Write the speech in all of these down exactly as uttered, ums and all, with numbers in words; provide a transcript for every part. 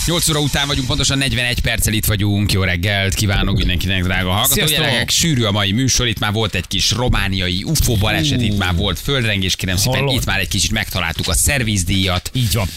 nyolc óra után vagyunk, pontosan negyvenegy perccel itt vagyunk. Jó reggelt kívánok mindenkinek, drága hallgató. Gyerekek, sűrű a mai műsor, itt már volt egy kis romániai u f o baleset, itt már volt földrengés, kérem szépen, itt már egy kicsit megtaláltuk a szervizdíjat. Így van.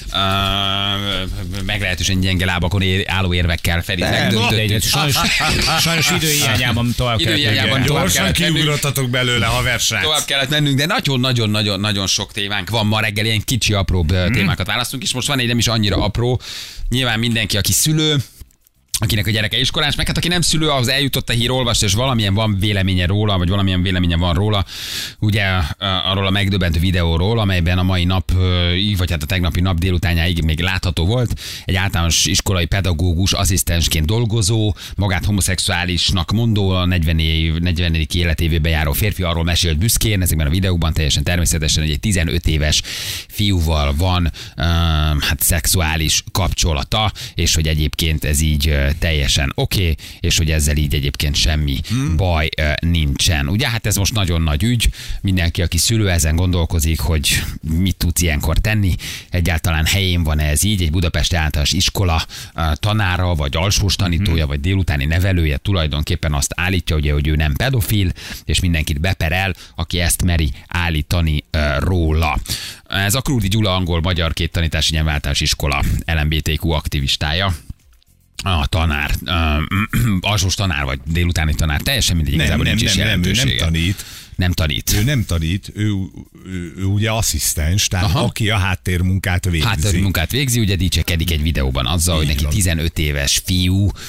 Uh, meglehetősen gyenge lábakon ér, álló érvekkel Ferit megdöntöttük. Sajnos, sajnos időhiányában tovább Időhiányában kellett. Gyorsan kiugrottatok belőle, haversrác. Tovább kellett mennünk, de nagyon-nagyon-nagyon sok témánk van ma reggel, ilyen kicsi, apróbb hmm. témákat választunk, és most van egy nem is annyira apró. Nyilván mindenki, aki szülő, akinek a gyereke iskolás, meg hát aki nem szülő, ahhoz eljutott a hír, olvast, és valamilyen van véleménye róla, vagy valamilyen véleménye van róla, ugye arról a megdöbbentő videóról, amelyben a mai nap, vagy hát a tegnapi nap délutánjáig még látható volt, egy általános iskolai pedagógus, asszisztensként dolgozó, magát homoszexuálisnak mondó, a negyvenedik életévébe járó férfi arról mesélt büszkén, ezekben a videókban teljesen természetesen, hogy egy tizenöt éves fiúval van uh, hát szexuális kapcsolata, és hogy egyébként ez így teljesen oké, okay, és hogy ezzel így egyébként semmi hmm. baj uh, nincsen. Ugye hát ez most nagyon nagy ügy, mindenki, aki szülő, ezen gondolkozik, hogy mit tudsz ilyenkor tenni, egyáltalán helyén van ez így, egy budapesti általános iskola uh, tanára, vagy alsós tanítója, hmm. vagy délutáni nevelője tulajdonképpen azt állítja, ugye, hogy ő nem pedofil, és mindenkit beperel, aki ezt meri állítani uh, róla. Ez a Krúdi Gyula angol-magyar két tanítási nyelváltalános iskola el em bé té kú aktivistája. A tanár, uh, alsós tanár, vagy délutáni tanár, teljesen mindegy, igazából nem, nincs is nem, nem, ő nem tanít. Nem tanít. Ő nem tanít, ő, ő, ő ugye asszisztens, tehát Aha. aki a háttérmunkát végzi. Háttérmunkát végzi, ugye dicsekedik egy videóban azzal, hogy neki tizenöt éves fiú uh,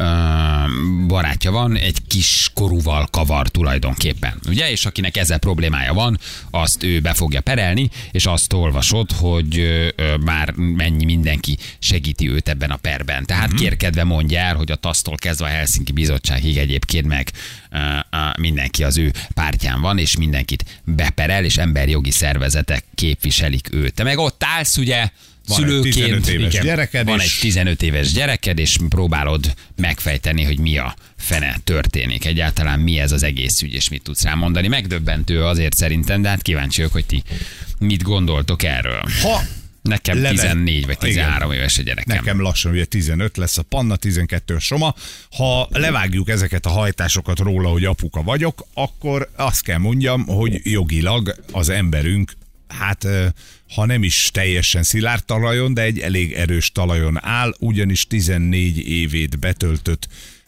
barátja van, egy kiskorúval kavar tulajdonképpen. Ugye, és akinek ezzel problémája van, azt ő be fogja perelni, és azt olvasod, hogy uh, már mennyi mindenki segíti őt ebben a perben. Tehát uh-huh. kérkedve mondja el, hogy a tasztól kezdve a Helsinki Bizottságig egyébként meg uh, uh, mindenki az ő pártján van, és mindenkit beperel, és emberjogi szervezetek képviselik őt. Te meg ott állsz, ugye, van szülőként, egy tizenöt éves igen, gyereked, van és... egy tizenöt éves gyereked, és próbálod megfejteni, hogy mi a fene történik. Egyáltalán mi ez az egész ügy, és mit tudsz rá mondani. Megdöbbentő azért szerintem, de hát kíváncsi vagyok, hogy ti mit gondoltok erről. Ha Nekem Leve... tizennégy vagy tizenhárom éves a gyerekem. Nekem lassan ugye tizenöt lesz a Panna, tizenkettő a Soma. Ha levágjuk ezeket a hajtásokat róla, hogy apuka vagyok, akkor azt kell mondjam, hogy jogilag az emberünk, hát ha nem is teljesen szilárd talajon, de egy elég erős talajon áll, ugyanis tizennégy évét betöltött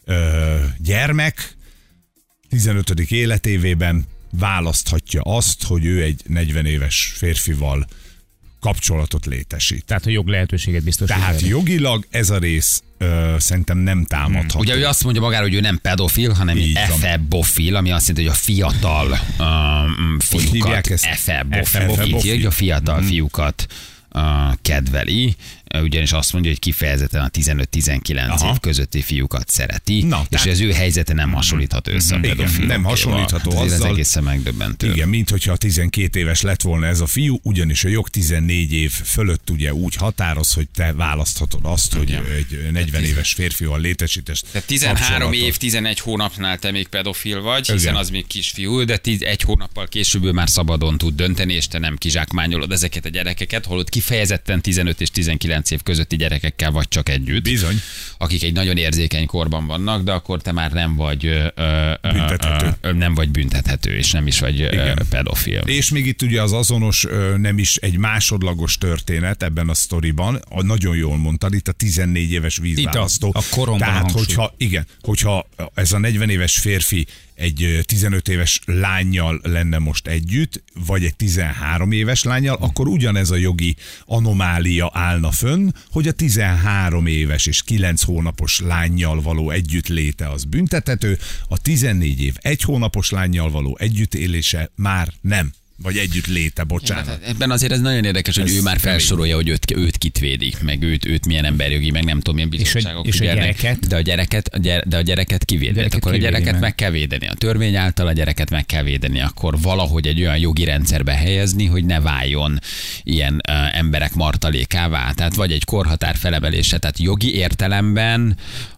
ö, gyermek tizenötödik életévében választhatja azt, hogy ő egy negyven éves férfival kapcsolatot létesít. Tehát a jog lehetőséget biztosít. Tehát jogilag ez a rész ö, szerintem nem támadható. Ugye ő azt mondja magára, hogy ő nem pedofil, hanem efebofil, ami azt jelenti, hogy a fiatal um, fiúkat, efebofil, a fiatal mm. fiúkat uh, kedveli, ugyanis azt mondja, hogy kifejezetten a tizenöt-tizenkilenc év közötti fiúkat szereti, Na, és az ő helyzete nem hasonlítható össze a pedofil. Nem hasonlítható hát azzal. Ez egészen megdöbbentő. Igen, mint hogyha tizenkét éves lett volna ez a fiú, ugyanis a jog tizennégy év fölött ugye úgy határoz, hogy te választhatod azt, hogy Igen. egy negyven éves férfival létesítesz. Tehát tizenhárom év, tizenegy hónapnál te még pedofil vagy, hiszen Igen. az még kisfiú, de egy hónappal később ő már szabadon tud dönteni, és te nem kizsákmányolod ezeket a gyerekeket, holott kifejezetten tizenöt és tizenkilenc év közötti gyerekekkel vagy csak együtt. Bizony. Akik egy nagyon érzékeny korban vannak, de akkor te már nem vagy ö, ö, büntethető. Ö, nem vagy büntethető, és nem is vagy ö, pedofil. És még itt ugye az azonos ö, nem is egy másodlagos történet ebben a sztoriban, a, nagyon jól mondtad, itt a tizennégy éves vízválasztó. Itt a, a koromban Tehát, hogyha, igen, hogyha ez a negyven éves férfi egy tizenöt éves lánnyal lenne most együtt, vagy egy tizenhárom éves lánnyal, akkor ugyanez a jogi anomália állna fönn, hogy a tizenhárom éves és kilenc hónapos lánnyal való együttléte az büntethető, a tizennégy év egy hónapos lánnyal való együttélése már nem. Vagy együtt léte, bocsánat. Ja, ebben azért ez nagyon érdekes, hogy ez ő már felsorolja, hogy őt, őt kit védik, meg őt, őt milyen emberjogi, meg nem tudom, milyen biztonságok és, és a gyereket? De a gyereket, a gyere, de a gyereket kivédi. Gyereket akkor a gyereket meg. meg kell védeni. A törvény által a gyereket meg kell védeni. Akkor valahogy egy olyan jogi rendszerbe helyezni, hogy ne váljon ilyen uh, emberek martalékává. Tehát vagy egy korhatár felemelése. Tehát jogi értelemben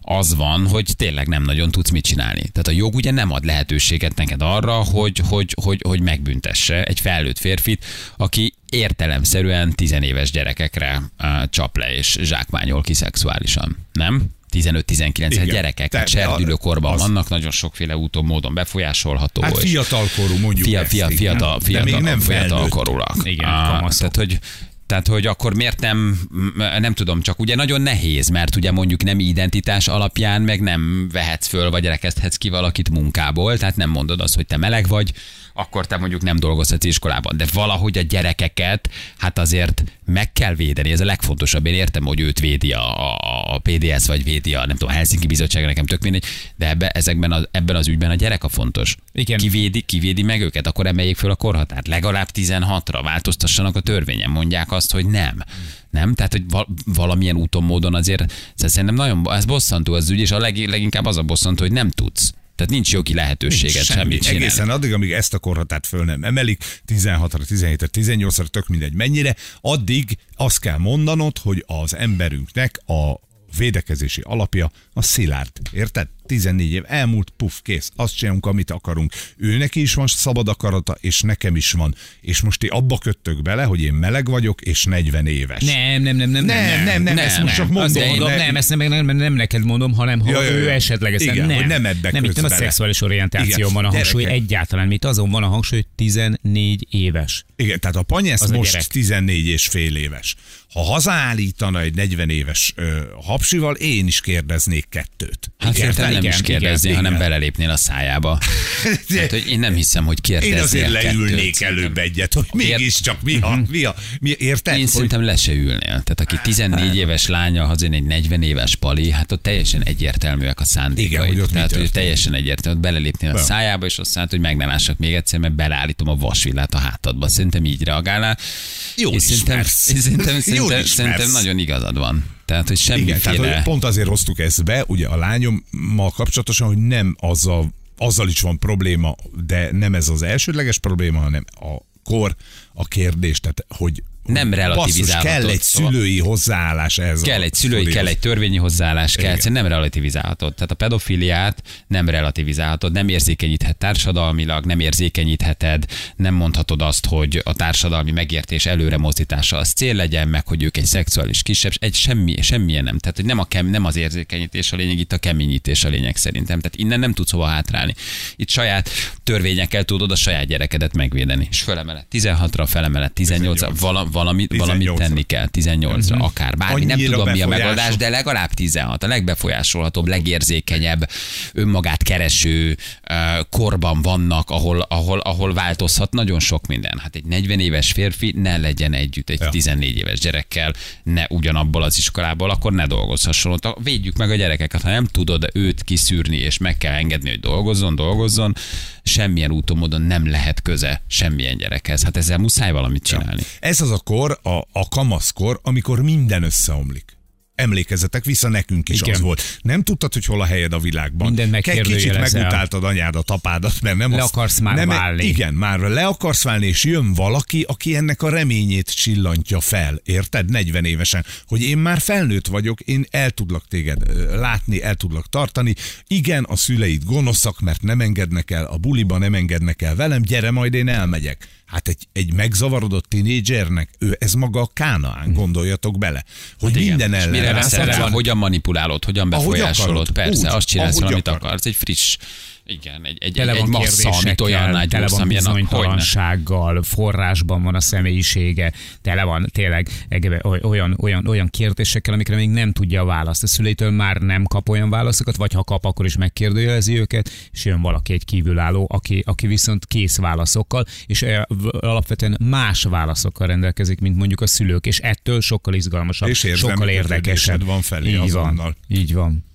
az van, hogy tényleg nem nagyon tudsz mit csinálni. Tehát a jog ugye nem ad lehetőséget neked arra, hogy, hogy, hogy, hogy megbüntesse egy felnőtt férfit, aki értelemszerűen tizenéves gyerekekre uh, csap le és zsákmányol ki szexuálisan. Nem? tizenöt-tizenkilenc gyerekek a cserdülőkorban az... vannak, nagyon sokféle úton, módon befolyásolható. Hát fiatalkorú mondjuk fia, fia, ezt, fiatal, fiatal, de még nem fiatalkorúak. Igen, ah, tehát, hogy Tehát, hogy akkor miért nem, nem tudom, csak ugye nagyon nehéz, mert ugye mondjuk nem identitás alapján meg nem vehetsz föl, vagy rekeszthetsz ki valakit munkából, tehát nem mondod azt, hogy te meleg vagy, akkor te mondjuk nem dolgozhatsz iskolában. De valahogy a gyerekeket, hát azért meg kell védeni, ez a legfontosabb. Én értem, hogy őt védi a, a pé dé es, vagy védi a nem tudom, Helsinki Bizottság, nekem tök mindegy, de ebbe, ezekben az, ebben az ügyben a gyerek a fontos. Igen. Kivédi, kivédi meg őket, akkor emeljék föl a korhatárt. Legalább tizenhatra változtassanak a törvényen, mondják azt, hogy nem. Nem? Tehát, hogy valamilyen úton, módon azért, szerintem nagyon, ez bosszantó az ügy, és a leg, leginkább az a bosszantó, hogy nem tudsz. Tehát nincs jogi lehetőséget semmi, semmit csinálni. Egészen addig, amíg ezt a korhatárt föl nem emelik, tizenhatra, tizenhétre, tizennyolcra, tök mindegy mennyire, addig azt kell mondanod, hogy az emberünknek a védekezési alapja a szilárd. Érted? tizennégy év elmúlt, puf, kész. Azt csinálunk, amit akarunk. Ő neki is van szabad akarata, és nekem is van. És most ti abba köttök bele, hogy én meleg vagyok, és negyven éves. Nem, nem, nem, nem, nem, nem, nem, ezt most csak mondom. Azt mondom, nem, ezt nem, nem, nem neked mondom, hanem ha Ja, ja, ő ja. esetlegesen Igen, nem. hogy nem ebbe nem, itt kötsz nem a bele. szexuális orientáció van a hangsúly Gyerekek. egyáltalán, itt azon van a hangsúly, hogy tizennégy éves. Igen, tehát a Panyesz Az a most gyerek. tizennégy és fél éves. Ha hazállítana egy negyven éves ö, hapsival, én is kérdeznék kettőt. Hát Igen, értem, nem igen, is kérdezni, igen, hanem igen. belelépnél a szájába. Hát, hogy én nem hiszem, hogy kérdeznél Én azért kettőt. leülnék előbb egyet, hogy mégiscsak mi a, mi a, mi, érted? Én hogy... szerintem le se ülnél. Tehát aki tizennégy éves lánya hazajön egy negyven éves pali, hát ott teljesen egyértelműek a szándékai. Igen, hogy ott mi Tehát, hogy történik. teljesen egyértelmű, hogy belelépnél a Ja. szájába, és azt mondod, hogy meg ne lássak még egyszer, mert beleállítom a vasvillát a hátadba. Szerintem így reagálnál. Jól és szerintem, ismersz. én szerintem, Jól szerintem, ismersz. szerintem nagyon igazad van. Tehát, hogy Igen, tehát semmiféle... hogy pont azért hoztuk ezt be, ugye a lányommal kapcsolatosan, hogy nem azzal, azzal is van probléma, de nem ez az elsődleges probléma, hanem a kor, a kérdés, tehát hogy Nem relativizálhatod. Basszus, kell egy Szóval- szülői hozzáállás ez. Kell egy szülői, kell egy törvényi hozzáállás, kell, egyszerűen nem relativizálhatod. Tehát a pedofiliát nem relativizálhatod, nem érzékenyíthet társadalmilag, nem érzékenyítheted, nem mondhatod azt, hogy a társadalmi megértés előre mozdítása az cél legyen, meg hogy ők egy szexuális kisebbség, egy semmi, semmilyen nem. Tehát, hogy nem, a kem, nem az érzékenyítés a lényeg, itt a keményítés a lényeg szerintem. Tehát innen nem tudsz hova hátrálni. Itt saját törvényekkel tudod a saját gyerekedet megvédeni. És felemeled tizenhatra, felemeled tizennyolcra, vala, valamit, valamit tenni kell, tizennyolcra, uh-huh. akár bármi. Annyira Nem tudom, mi a befolyásol- megoldás, de legalább tizenhat. A legbefolyásolhatóbb, legérzékenyebb, önmagát kereső uh, korban vannak, ahol, ahol, ahol változhat nagyon sok minden. Hát egy negyven éves férfi ne legyen együtt egy Ja. tizennégy éves gyerekkel, ne ugyanabból az iskolából, akkor ne dolgozhasson ott. Védjük meg a gyerekeket, ha nem tudod őt kiszűrni, és meg kell engedni, hogy dolgozzon, dolgozzon, semmilyen úton, módon nem lehet köze semmilyen gyerekhez. Hát ezzel muszáj valamit csinálni. Ez az a kor, a, a kamaszkor, amikor minden összeomlik. Emlékezzetek vissza, nekünk is Igen. az volt. Nem tudtad, hogy hol a helyed a világban. Mindent Ke- Kicsit megkérdőjelezel. megutáltad anyádat, apádat, mert nem Le azt, akarsz már nem, válni. Igen, már le akarsz válni, és jön valaki, aki ennek a reményét csillantja fel. Érted? negyven évesen. Hogy én már felnőtt vagyok, én el tudlak téged ö, látni, el tudlak tartani. Igen, a szüleid gonoszak, mert nem engednek el, a buliba nem engednek el velem, gyere, majd én elmegyek. Hát egy, egy megzavarodott tinédzsernek, ő ez maga a Kánaán, gondoljatok bele. Hogy Hát igen. minden És ellen mire rá veszel van. rá, hogyan manipulálod, hogyan Ahogy befolyásolod, akarod. persze, Úgy, azt csinálsz, ahogy amit akarod. akarsz. Egy friss, igen, egy, egy, Tele egy, van egy massza, amit olyan kérdésekkel, nagy tele gyúrsz, van amilyen a- hogyne. bizonytalansággal, forrásban van a személyisége, tele van tényleg egébe olyan, olyan, olyan kérdésekkel, amikre még nem tudja a választ. A szüleitől már nem kap olyan válaszokat, vagy ha kap, akkor is megkérdőjelezi őket, és jön valaki egy kívülálló, aki, aki viszont kész válaszokkal, és eh, alapvetően más válaszokkal rendelkezik, mint mondjuk a szülők, és ettől sokkal izgalmasabb, És érzelmi sokkal érdekesebb. kötődésed van felé Így azonnal. van, így van.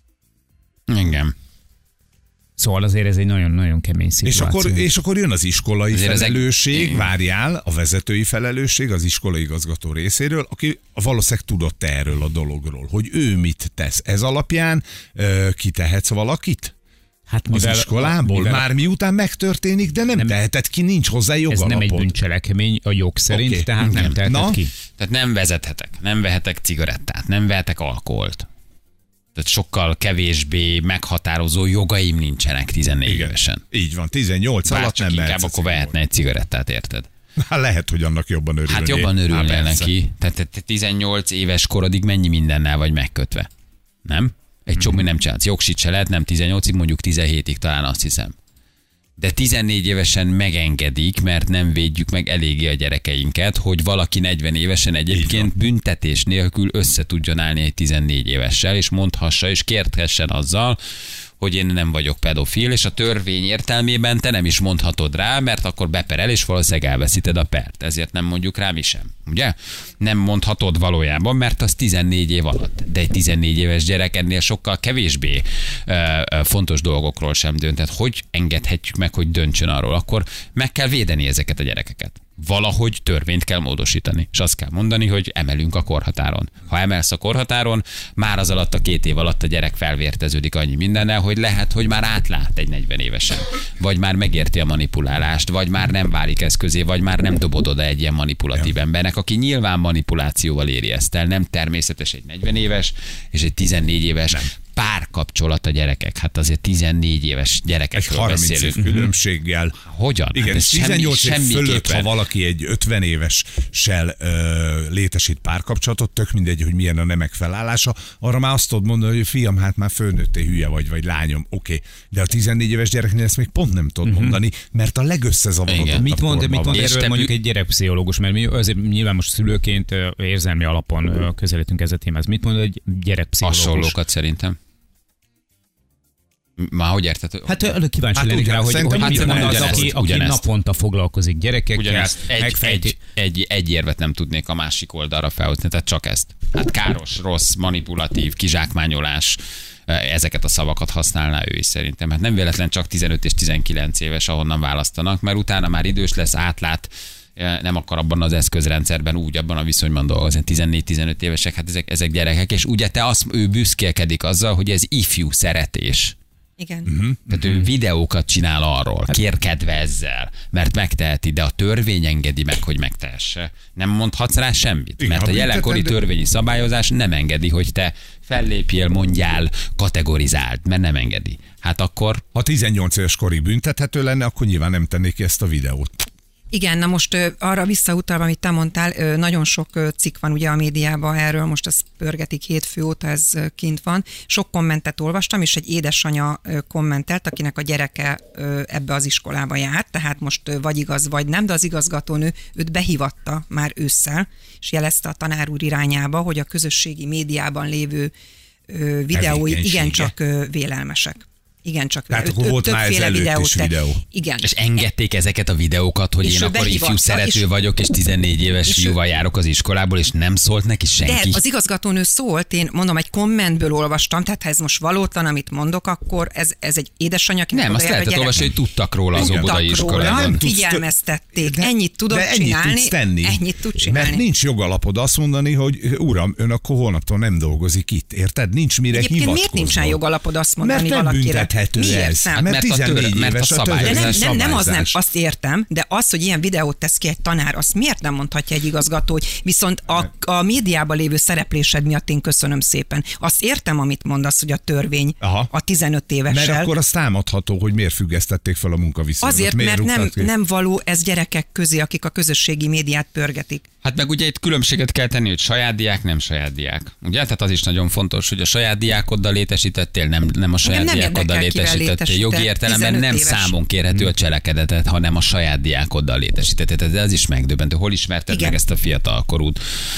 Igen. Szóval azért ez egy nagyon-nagyon kemény És szituáció. akkor, és akkor jön az iskolai Azért ezek- felelősség, Igen. várjál, a vezetői felelősség az iskolai igazgató részéről, aki valószínűleg tudott erről a dologról, hogy ő mit tesz. Ez alapján ö, kitehetsz valakit? Hát Az iskolából? mivel- Már miután megtörténik, de nem, nem teheted ki, nincs hozzá Ez jogalapod. nem egy bűncselekmény a jog szerint, Oké. tehát nem Igen. teheted Na? ki. Tehát nem vezethetek, nem vehetek cigarettát, nem vehetek alkoholt. Tehát sokkal kevésbé meghatározó jogaim nincsenek tizennégy Igen. évesen. Így van, tizennyolc Bár alatt csak nem inkább mehetsz a akkor vehetne egy cigarettát, érted? Hát lehet, hogy annak jobban örülnél. Hát jobban örülnél Há, persze. neki. Tehát te- te tizennyolc éves korodig mennyi mindennel vagy megkötve? Nem? Egy csomó nem csinálsz. Jogsit se lehet, nem tizennyolcig, mondjuk tizenhétig talán, azt hiszem. De tizennégy évesen megengedik, mert nem védjük meg eléggé a gyerekeinket, hogy valaki negyven évesen egyébként büntetés nélkül össze tudjon állni egy tizennégy évessel, és mondhassa, és kérthessen azzal, hogy én nem vagyok pedofil, és a törvény értelmében te nem is mondhatod rá, mert akkor beperel, és valószínűleg elveszíted a pert. Ezért nem mondjuk rá mi sem. Ugye? Nem mondhatod valójában, mert az tizennégy év alatt. De egy tizennégy éves gyerek ennél sokkal kevésbé ö, ö, fontos dolgokról sem dönt. Tehát hogy engedhetjük meg, hogy döntsön arról? Akkor meg kell védeni ezeket a gyerekeket. Valahogy törvényt kell módosítani. És azt kell mondani, hogy emelünk a korhatáron. Ha emelsz a korhatáron, már az alatt a két év alatt a gyerek felvérteződik annyi mindennel, hogy lehet, hogy már átlát egy negyven évesen. Vagy már megérti a manipulálást, vagy már nem válik eszközé, vagy már nem dobod oda egy ilyen manipulatív embernek, aki nyilván manipulációval éri ezt el. Nem természetes egy negyven éves és egy tizennégy éves nem. Párkapcsolat a gyerekek. Hát azért tizennégy éves Egy gyerekekről harminc beszélünk. év különbséggel. Hogyan? Igen, Hát ez tizennyolc semmi, év fölött, semmiképpen. ha valaki egy ötven évessel ö, létesít párkapcsolatot, tök mindegy, hogy milyen a nemek felállása, arra már azt tudod mondani, hogy fiam, hát már fölnőttél, hülye vagy, vagy lányom, oké. Okay. De a tizennégy éves gyereknél ezt még pont nem tudod uh-huh. mondani, mert a legösszezavarodottabb Igen. Mit mond, mit mond van. És erről te mondjuk bű- egy gyerekpszichológus, mert mi azért nyilván most szülőként ö, érzelmi alapon ö, közelítünk ez a témához. Mit mond egy gyerekpszichológus? Hasonlókat szerintem. Már hogy érted? Hát ö, kíváncsi Hát lennék ugyan- rá, hogy, szerintem hogy mit ugyanezt, mond az, ugyanezt, aki, aki ugyanezt. naponta foglalkozik gyerekekkel, Ugyanezt egy, megfejti. egy, egy, egy érvet nem tudnék a másik oldalra felhozni, tehát csak ezt. Hát káros, rossz, manipulatív, kizsákmányolás, ezeket a szavakat használná ő is szerintem. Hát nem véletlen csak tizenöt és tizenkilenc éves, ahonnan választanak, mert utána már idős lesz, átlát, nem akar abban az eszközrendszerben úgy, abban a viszonyban dolgozni. tizennégy-tizenöt évesek, hát ezek, ezek gyerekek, és ugye te azt, ő büszkélkedik azzal, hogy ez ifjú szeretés. Igen. Uh-huh. Tehát ő videókat csinál arról, kérkedve ezzel, mert megteheti, de a törvény engedi meg, hogy megtehesse. Nem mondhatsz rá semmit, Igen, mert a ha jelenkori bünteted- törvényi szabályozás nem engedi, hogy te fellépjél, mondjál, kategorizáld, mert nem engedi. Hát akkor Ha tizennyolc éves korig büntethető lenne, akkor nyilván nem tennék ki ezt a videót. Igen, na most ö, arra visszautalva, amit te mondtál, ö, nagyon sok ö, cikk van ugye a médiában erről, most ezt pörgetik hétfő óta, ez ö, kint van. Sok kommentet olvastam, és egy édesanya ö, kommentelt, akinek a gyereke ö, ebbe az iskolába járt, tehát most ö, vagy igaz, vagy nem, de az igazgatónő őt behívatta már ősszel, és jelezte a tanár úr irányába, hogy a közösségi médiában lévő ö, videói Tevékenysége. igencsak ö, vélelmesek. Igen, csak Tehát akkor volt már ez előtt is te- videó. Igen. és engedték ezeket a videókat, hogy És én ő akkor behívatta, ifjú szerető és- vagyok, és tizennégy éves és ő- fiúval járok az iskolából, és nem szólt neki De senki. az igazgatónő szólt, én mondom, egy kommentből olvastam, tehát ha ez most valótlan, amit mondok, akkor ez, ez egy édesanyja, akinek Nem, azt oda jár a lehetett gyerek. olvasni, hogy tudtak róla az Tudtak óbudai róla, iskolában. Nem tudsz figyelmeztették, de- ennyit tudod de ennyit csinálni, tudsz tenni. ennyit tud csinálni. Mert nincs jogalapod azt mondani, hogy uram, ön akkor holnaptól nem dolgozik itt, érted? Nincs mire Egyébként miért hivatkoznod. nincsen jogalapod azt mondani Mert nem valakire? büntethető Miért ez. nem? Mert Hát mert a tör- tizennégy mert a éves a szabályozás- De nem, törvényes nem, nem, az nem, szabályzás. azt értem, de az, hogy ilyen videót tesz ki egy tanár, azt miért nem mondhatja egy igazgató, hogy viszont a, a médiában lévő szereplésed miatt én köszönöm szépen. Azt értem, amit mondasz, hogy a törvény Aha. a tizenöt évessel. Mert akkor az támadható, hogy miért függesztették fel a munkaviszonyodat. Azért, miért mert nem, rúgták ki? nem való ez gyerekek közé, akik a közösségi médiát pörgetik. Hát meg ugye itt különbséget kell tenni, hogy saját diák, nem saját diák. Ugye? Tehát az is nagyon fontos, hogy a saját diákoddal létesítettél, nem, nem a saját nem diákoddal érdekel, kivel létesítettél. Jogi létesített, értelemben nem tizenöt éves. számon kérhető a cselekedetet, hanem a saját diákoddal létesítetted. De ez is megdöbbentő. Hol ismerted Igen. meg ezt a fiatalkorút?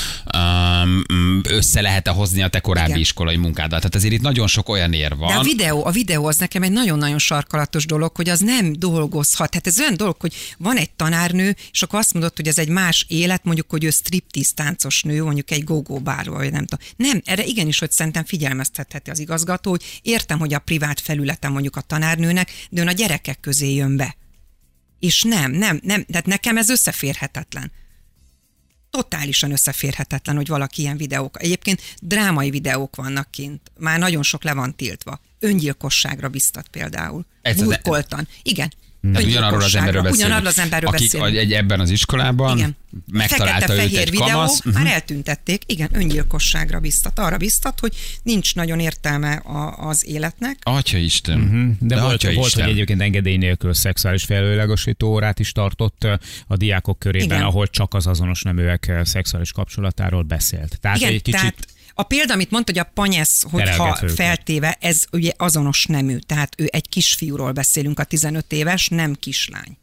Um, össze lehet-e hozni a te korábbi Igen. iskolai munkáddal? Tehát azért itt nagyon sok olyan ér van. De a videó, a videó az nekem egy nagyon-nagyon sarkalatos dolog, hogy az nem dolgozhat. Hát ez olyan dolog, hogy van egy tanárnő, és akkor azt mondod, hogy ez egy más élet, mondjuk, hogy ő striptease táncos nő, mondjuk egy go-go bárba, vagy nem tudom. Nem, erre igenis, hogy szerintem figyelmeztetheti az igazgató, hogy értem, hogy a privát felületen mondjuk a tanárnőnek, de ön a gyerekek közé jön be. És nem, nem, nem, tehát nekem ez összeférhetetlen. Totálisan összeférhetetlen, hogy valaki ilyen videók. Egyébként drámai videók vannak kint. Már nagyon sok le van tiltva. Öngyilkosságra biztat például. Ez az- Burkoltan. Igen. Tehát ugyanarról az emberről beszélünk. Ugyanarról az emberről akik beszélünk. egy, ebben az iskolában Igen. megtalálta őt Fekete-fehér egy videó, kamasz. már eltüntették, igen, öngyilkosságra biztat. Arra biztat, hogy nincs nagyon értelme a, az életnek. Atya Isten. Uh-huh. De, De volt, Atya volt Isten. hogy egyébként engedély nélkül szexuális felőlegosító órát is tartott a diákok körében, Igen. ahol csak az azonos neműek szexuális kapcsolatáról beszélt. Tehát Igen, egy kicsit... tehát a példa, amit mondta, hogy a panyesz, hogyha Terelget őket. feltéve, ez ugye azonos nemű. Tehát ő egy kisfiúról beszélünk, a tizenöt éves, nem kislány.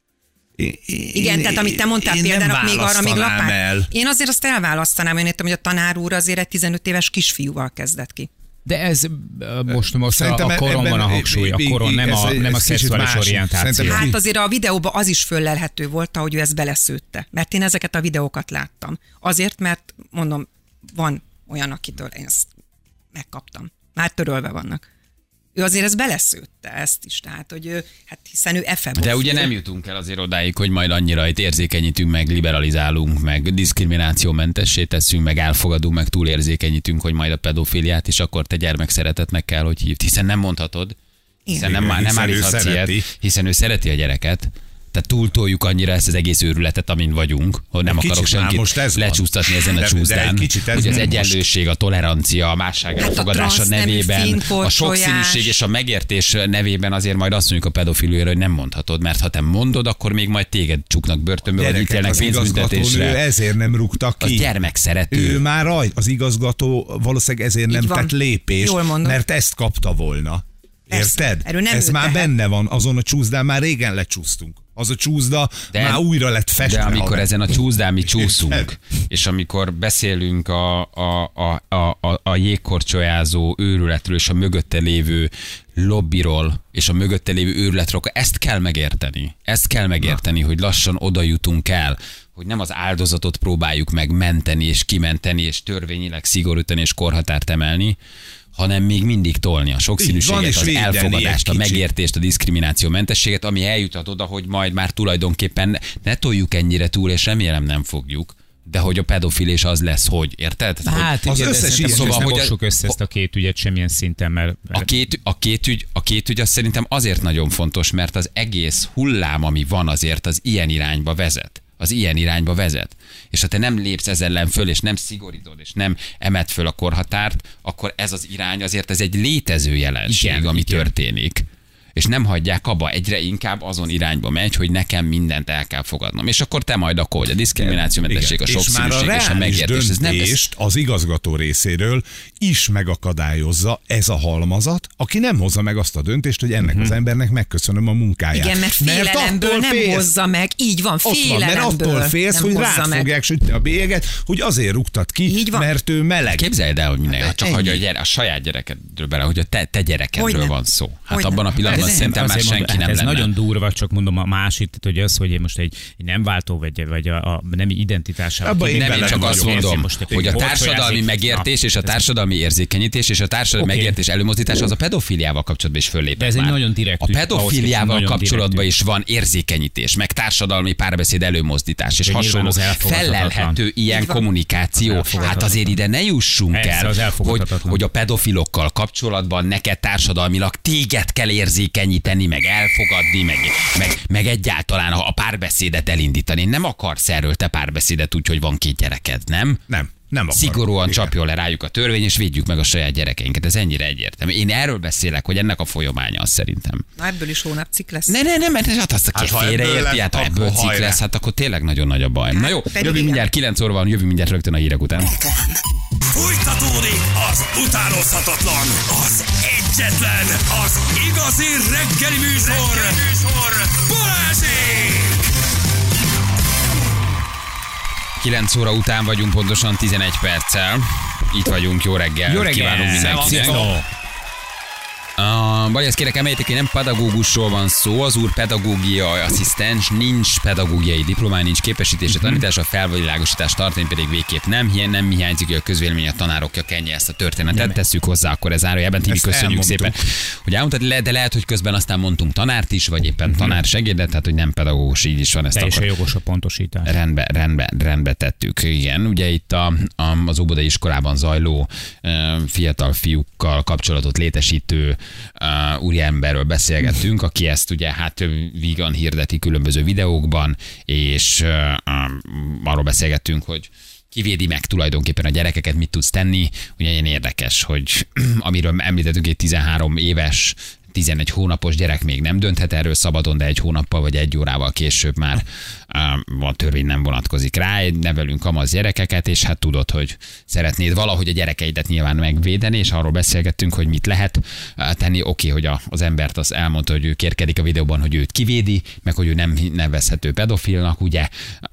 Igen, tehát amit te mondtál példának, még arra még lapát. el. Én azért azt elválasztanám, én értem, hogy a tanár úr azért egy tizenöt éves kisfiúval kezdett ki. De ez most, most a, Szerintem a koron ebben- van a hangsúly, a koron, nem a, ez- nem a ez kicsit szexuális másik. orientáció. Szerintem- Hát azért a videóban az is föllelhető volt, ahogy ő ezt beleszőtte. Mert én ezeket a videókat láttam. Azért, mert mondom, van olyan, akitől én ezt megkaptam. Már törölve vannak. Ő azért ezt beleszőtte, ezt is, tehát, hogy ő, hát hiszen ő efebofil. De ugye nem jutunk el azért odáig, hogy majd annyira itt érzékenyítünk, meg liberalizálunk, meg diszkriminációmentessé tesszünk, meg elfogadunk, meg túlérzékenyítünk, hogy majd a pedofiliát is akkor te gyermekszeretetnek kell, hogy hívd. Hiszen nem mondhatod, hiszen nem, Igen, nem hiszen ő állíthatsz ilyet, szereti. hiszen ő szereti a gyereket. Tehát túltoljuk annyira ezt az egész őrületet, amin vagyunk, hogy nem Kicsit akarok már senkit most ez van. lecsúsztatni ezen a De- de egy csúszdán. kicsit ez Hogy az van most. egyenlőség, a tolerancia, a másság Hát a elfogadása transznemű nevében, a fénykorcsolyás. sokszínűség és a megértés nevében azért majd azt mondjuk a pedofilőre, hogy nem mondhatod, mert ha te mondod, akkor még majd téged csuknak börtönbe, vagy Gyerekek, ítélnek az igazgatónő pénzbüntetésre. ezért nem rúgtak Az ki. gyermekszerető. Ő már raj, az igazgató valószínűleg ezért nem van. tett lépést, Jól mondod. mert ezt kapta volna. Persze. Érted? Erről nem Ez ő már tehet. benne van, azon a csúszdán már régen lecsúsztunk. Az a csúszda De- már újra lett festve. De amikor haver. ezen a csúszdán mi csúszunk, Érted? és amikor beszélünk a, a, a, a, a, a jégkorcsolyázó őrületről, és a mögötte lévő lobbiról, és a mögötte lévő őrületről, akkor ezt kell megérteni. Ezt kell megérteni, hogy lassan oda jutunk el, hogy nem az áldozatot próbáljuk meg menteni, és kimenteni, és törvényileg szigorítani, és korhatárt emelni, hanem még mindig tolni a Így van, sokszínűséget, és az védeni elfogadást, a egy kicsit. megértést, a diszkrimináció mentességet, ami eljutat oda, hogy majd már tulajdonképpen ne toljuk ennyire túl, és remélem nem fogjuk, de hogy a pedofilés az lesz, hogy, érted? Hát Az igen, de összes szerintem ilyen- szóval, Szóval, hogy hogy mossuk össze ezt a két ügyet semmilyen szinten, mert... A két, a, két ügy, a két ügy az szerintem azért nagyon fontos, mert az egész hullám, ami van, azért az ilyen irányba vezet. Az ilyen irányba vezet. És ha te nem lépsz ez ellen föl, és nem szigorítod, és nem emed föl a korhatárt, akkor ez az irány azért ez egy létező jelenség, Igen, ami igen. történik. És nem hagyják abba, egyre inkább azon irányba megy, hogy nekem mindent el kell fogadnom. És akkor te majd akkor, hogy a diszkriminációmentesség, a Igen. És már a sokszínűség és a reális megértés. Ez nem ez, döntést az igazgató részéről is megakadályozza ez a halmazat, aki nem hozza meg azt a döntést, hogy ennek az embernek megköszönöm a munkáját. Igen, mert félelemből attól nem félsz- hozza meg. Így van, Ott van, mert félelemből attól félsz, nem hogy hozza rád meg. fogják sütni a bélyeget, hogy azért rúgtad ki, Így van. mert ő meleg. Képzeld el, hogy minden, Hát csak ennyi. hogy a, gyere, a saját gyerekedről bele, hogy a te, te gyerekedről Hogyne. van szó. Hát Hogyne. abban a pillanatban Ez- szerintem már Azért senki mondom, nem hát ez lenne. nagyon durva, csak mondom a másik, tehát, hogy az, hogy én most egy, egy nem váltó, vagy, vagy a, a nemi identitásával. Abba én Nem, én veled csak azt vagyok. mondom, Most egy hogy a korcsolyázik. társadalmi megértés és a Na, társadalmi érzékenyítés és a társadalmi Oké. megértés előmozdítása az a pedofiliával kapcsolatban is föllép. De ez egy nagyon direkt A ügy, ahhoz képest pedofiliával nagyon kapcsolatban direkt is van érzékenyítés, meg társadalmi párbeszéd előmozdítás, és Ugye nyilván hasonló az elfogadhatatlan. felelhető ilyen Így van. kommunikáció. Az Hát elfogadhatatlan. azért ide ne jussunk Persze, el, az hogy, elfogadhatatlan. hogy a pedofilokkal kapcsolatban neked társadalmilag téged kell érzékenyíteni, meg elfogadni, meg, meg, meg egyáltalán a párbeszédet elindítani. Nem akarsz erről te párbeszédet úgy, hogy van két gyereked, nem? Nem, nem akarok. Szigorúan Igen. csapjon le rájuk a törvény, és védjük meg a saját gyerekeinket. Ez ennyire egyértelmű. Én erről beszélek, hogy ennek a folyamánya az szerintem. Na ebből is hónapcikk lesz. Ne, ne, ne, mert hát azt a Hát, ha félreérti, ebből hát ha lett, ebből akkor cikk hajrá. lesz, hát akkor tényleg nagyon nagy a baj. Na jó, pedig jövünk igen. mindjárt, kilenc óra van, jövünk mindjárt rögtön a hírek után. Fújtatódik az utánozhatatlan, az egyetlen, az igazi reggeli műsor, reggeli műsor. Balázsék! kilenc óra után vagyunk, pontosan tizenegy perccel. Itt vagyunk, jó reggel. Jó reggel. Kívánunk mindenkinek. Sziasztok. Uh, vagy ezt kérek emeljétek, hogy nem pedagógusról van szó, az úr pedagógiai asszisztens, nincs pedagógiai diplomája, nincs képesítése, tanítása, felvilágosítás tartalmi pedig végképp nem, hiány nem hiányzik, hogy a közvélemény a tanárokja kenje ezt a történetet, tesszük hozzá akkor ez zárójelben, Tibi, Ezt köszönjük elmondtuk. szépen, hogy elmondtad, le, de lehet, hogy közben aztán mondtunk tanárt is, vagy éppen tanár segédet, tehát hogy nem pedagógus, így is van ezt Teljesen akkor. jogos a pontosítás. Rendbe, rendbe, rendbe tettük, igen. Ugye itt a, a, az óvodai iskolában zajló e, fiatal fiúkkal kapcsolatot létesítő uh, úriemberről beszélgettünk, aki ezt ugye hát vígan hirdeti különböző videókban, és uh, um, arról beszélgettünk, hogy kivédi meg tulajdonképpen a gyerekeket, mit tudsz tenni. Ugye ilyen érdekes, hogy amiről említettünk, egy tizenhárom éves, tizenegy hónapos gyerek még nem dönthet erről szabadon, de egy hónappal vagy egy órával később már a törvény nem vonatkozik rá. Nevelünk kamasz gyerekeket, és hát tudod, hogy szeretnéd valahogy a gyerekeidet nyilván megvédeni, és arról beszélgettünk, hogy mit lehet tenni. Oké, hogy az embert az elmondta, hogy ő kérkedik a videóban, hogy őt kivédi, meg hogy ő nem nevezhető pedofilnak, ugye.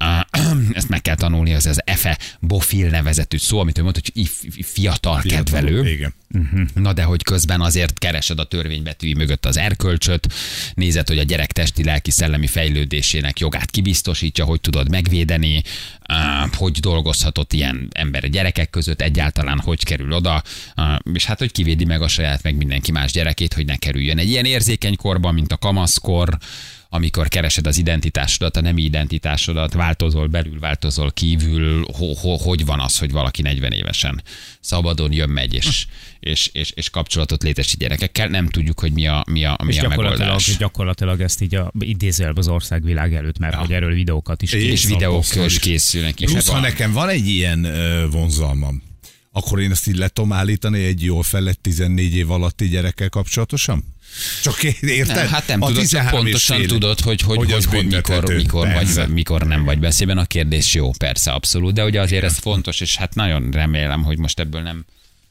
Ezt meg kell tanulni, az az efe bofil nevezetű szó, amit ő mondta, hogy fiatal kedvelő. Igen. Uh-huh. Na de hogy közben azért keresed a törvénybetűi mögött az erkölcsöt, nézed, hogy a gyerek testi, lelki, szellemi fejlődésének jogát kibiztosítja, hogy tudod megvédeni, uh, hogy dolgozhatott ilyen ember gyerekek között, egyáltalán hogy kerül oda, uh, és hát hogy kivédi meg a saját, meg mindenki más gyerekét, hogy ne kerüljön egy ilyen érzékeny korban, mint a kamaszkor, amikor keresed az identitásodat, a nemi identitásodat, változol belül, változol kívül, ho, ho, hogy van az, hogy valaki negyven évesen szabadon jön, megy, és, és, és, és kapcsolatot létesít gyerekekkel, nem tudjuk, hogy mi a, mi a, mi és a gyakorlatilag, megoldás. Gyakorlatilag ezt így a, idézőjelben az országvilág előtt, mert ja. hogy erről videókat is és, és videók is készülnek. És plusz, ha nekem van egy ilyen uh, vonzalmam, akkor én ezt így le tudom állítani egy jól fejlett tizennégy év alatti gyerekkel kapcsolatosan? Csak érted? Nem, hát nem a tudod, csak pontosan fél, tudod, hogy, hogy, hogy, hogy, hogy mikor, mikor, vagy, mikor nem vagy beszélben. A kérdés jó, persze, abszolút, de ugye azért ez fontos, és hát nagyon remélem, hogy most ebből nem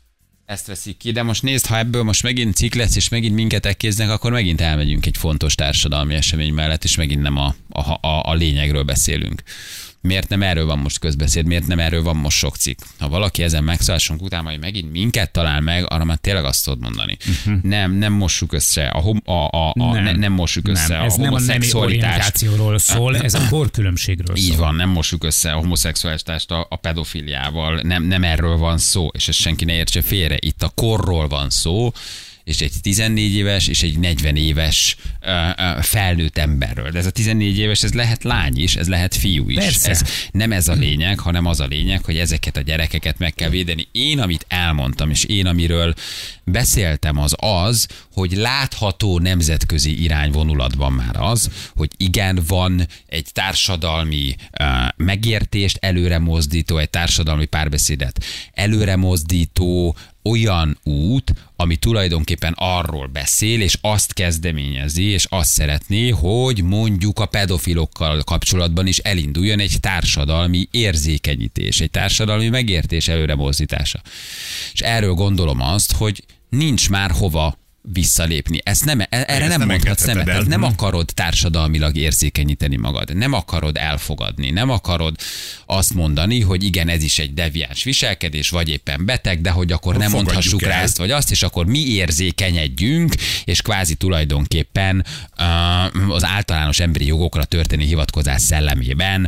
ezt veszik ki, de most nézd, ha ebből most megint cikk lesz, és megint minket ekkéznek, akkor megint elmegyünk egy fontos társadalmi esemény mellett, és megint nem a, a, a, a lényegről beszélünk. Miért nem erről van most közbeszéd, miért nem erről van most sok cikk? Ha valaki ezen megszállásunk után, hogy megint minket talál meg, arra már tényleg azt tudod mondani. Uh-huh. Nem, nem mossuk össze a, hom, a, a, a nem. Ne, nem mossuk össze nem. a ez homoszexualitást. Nem a nemi orientációról szól, ez a korkülönbségről szól. Így van, nem mossuk össze a homoszexualitást a, a pedofiliával, nem, nem erről van szó, és ezt senki ne értse félre. Itt a korról van szó, és egy tizennégy éves és egy negyven éves uh, uh, felnőtt emberről. De ez a tizennégy éves, ez lehet lány is, ez lehet fiú is. Ez, nem ez a lényeg, hanem az a lényeg, hogy ezeket a gyerekeket meg kell védeni. Én, amit elmondtam, és én, amiről beszéltem, az az, hogy látható nemzetközi irányvonulatban már az, hogy igen, van egy társadalmi uh, megértést előre mozdító, egy társadalmi párbeszédet előre mozdító olyan út, ami tulajdonképpen arról beszél, és azt kezdeményezi, és azt szeretné, hogy mondjuk a pedofilokkal kapcsolatban is elinduljon egy társadalmi érzékenyítés, egy társadalmi megértés előre mozdítása. És erről gondolom azt, hogy nincs már hova visszalépni. Ezt nem, erre Ezt nem, nem mondhatsz nemet. Tehát nem akarod társadalmilag érzékenyíteni magad. Nem akarod elfogadni. Nem akarod azt mondani, hogy igen, ez is egy deviáns viselkedés, vagy éppen beteg, de hogy akkor nem mondhassuk rá ezt, vagy azt, és akkor mi érzékenyedjünk, és kvázi tulajdonképpen uh, az általános emberi jogokra történő hivatkozás szellemében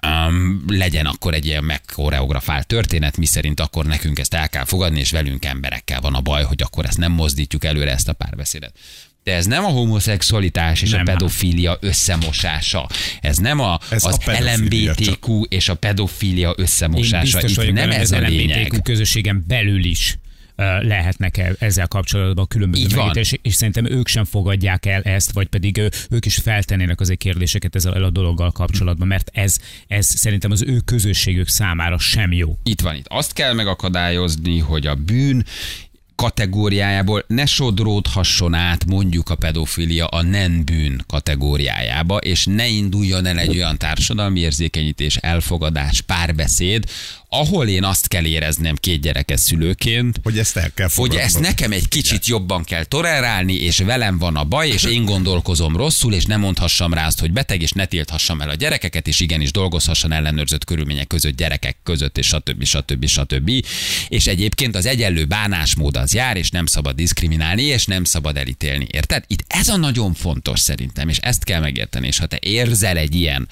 um, legyen akkor egy ilyen megkoreografált történet, miszerint akkor nekünk ezt el kell fogadni, és velünk emberekkel van a baj, hogy akkor ezt nem mozdítjuk előre, ezt a párbeszédet. De ez nem a homoszexualitás és nem a pedofília összemosása. Ez nem a, ez az el em bé té kú csak. És a pedofília összemosása. Itt vagyok, nem ez a lényeg. el em bé té kú közösségen belül is lehetnek ezzel kapcsolatban különböző megítélések, és szerintem ők sem fogadják el ezt, vagy pedig ők is feltennének azért kérdéseket ezzel a dologgal kapcsolatban, mert ez, ez szerintem az ő közösségük számára sem jó. Itt van, itt azt kell megakadályozni, hogy a bűn kategóriájából ne sodródhasson át mondjuk a pedofilia a nem bűn kategóriájába, és ne induljon el egy olyan társadalmi érzékenyítés, elfogadás, párbeszéd, ahol én azt kell éreznem két gyerekes szülőként, hogy ezt el kell hogy ezt nekem egy kicsit jobban kell tolerálni, és velem van a baj, és én gondolkozom rosszul, és nem mondhassam rá azt, hogy beteg, és ne tilthassam el a gyerekeket, és igenis dolgozhasson ellenőrzött körülmények között gyerekek között, és stb. stb. stb. És egyébként az egyenlő bánásmód az jár, és nem szabad diszkriminálni, és nem szabad elítélni. Érted? Itt ez a nagyon fontos szerintem, és ezt kell megérteni, és ha te érzel egy ilyen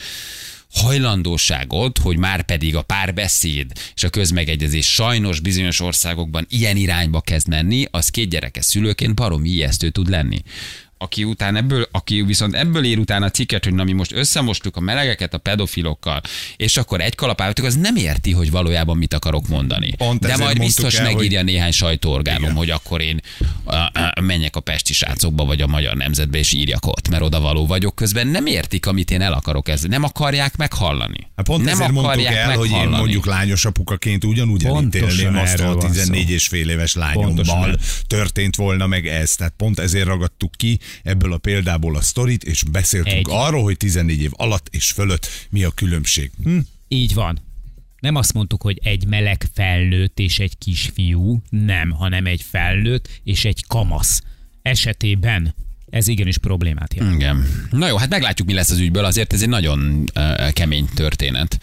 hajlandóságot, hogy már pedig a párbeszéd és a közmegegyezés sajnos bizonyos országokban ilyen irányba kezd menni, az két gyerekes szülőként baromi ijesztő tud lenni. aki után ebből, aki viszont ebből ér utána a cikket, hogy na mi most összemostuk a melegeket a pedofilokkal, és akkor egy kalapáltuk, az nem érti, hogy valójában mit akarok mondani. Pont de majd biztos el, megírja hogy... néhány sajtóorgánum, igen, hogy akkor én a, a, menjek a pesti srácokba, vagy a Magyar Nemzetbe, és írjak ott, mert oda való vagyok. Közben nem értik, amit én el akarok ezzel. Nem akarják meghallani. Hát pont nem ezért mondtuk el, meghallani. Hogy én mondjuk lányos apukaként ugyanúgy elítélném azt, a tizennégy és fél éves lányommal történt volna meg ez. Tehát pont ezért ragadtuk ki ebből a példából a sztorit, és beszéltünk egy. arról, hogy tizennégy év alatt és fölött mi a különbség. Hm? Így van. Nem azt mondtuk, hogy egy meleg felnőtt és egy kisfiú, nem, hanem egy felnőtt és egy kamasz esetében ez igenis problémát jelent. Igen. Na jó, hát meglátjuk, mi lesz az ügyből, azért ez egy nagyon uh, kemény történet.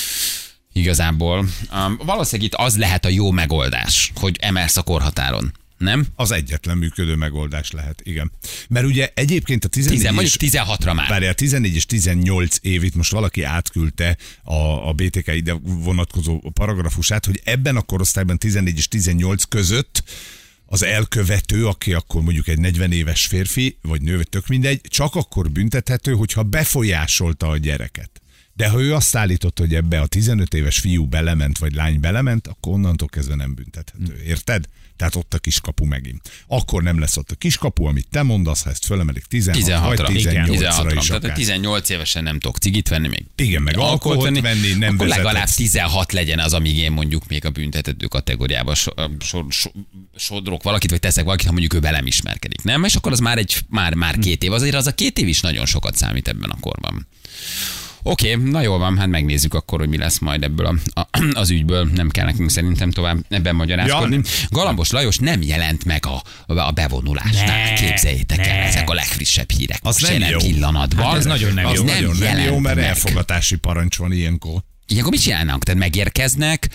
Igazából. Um, valószínűleg itt az lehet a jó megoldás, hogy emelsz a korhatáron. Nem? Az egyetlen működő megoldás lehet, igen. Mert ugye egyébként a tizennégy Tizen, és, tizenhatra már. Várjál, a tizennégy és tizennyolc év, itt most valaki átküldte a, a bé té ká ide vonatkozó paragrafusát, hogy ebben a korosztályban tizennégy és tizennyolc között az elkövető, aki akkor mondjuk egy negyven éves férfi, vagy nő, vagy tök mindegy, csak akkor büntethető, hogyha befolyásolta a gyereket. De ha ő azt állított, hogy ebbe a tizenöt éves fiú belement, vagy lány belement, akkor onnantól kezdve nem büntethető. Érted? Tehát ott a kiskapu megint. Akkor nem lesz ott a kiskapu, amit te mondasz, ha ezt fölemelik tizenhat vagy tizennyolcra is. Tehát tizennyolc évesen nem tudok cigit venni még. Igen, meg alkoholt venni, venni nem akkor vezetett. Legalább tizenhat legyen az, amíg én mondjuk még a büntethető kategóriába so, so, so, sodrok valakit, vagy teszek valakit, ha mondjuk ő velem ismerkedik. Nem? És akkor az már, egy, már, már két év. Azért az a két év is nagyon sokat számít ebben a korban. Oké, okay, na jól van, hát megnézzük akkor, hogy mi lesz majd ebből a, a, az ügyből. Nem kell nekünk szerintem tovább ebben magyarázkodni. Ja. Galambos Lajos nem jelent meg a, a bevonulásnál. Ne, Képzeljétek ne. el, ezek a legfrissebb hírek. Az most nem jó. pillanatban. Hát ez nagyon nem az jó. Az nagyon nem jó, mert meg. elfogadási parancs van ilyenkor. Ilyenkor mit csinálnak? Tehát megérkeznek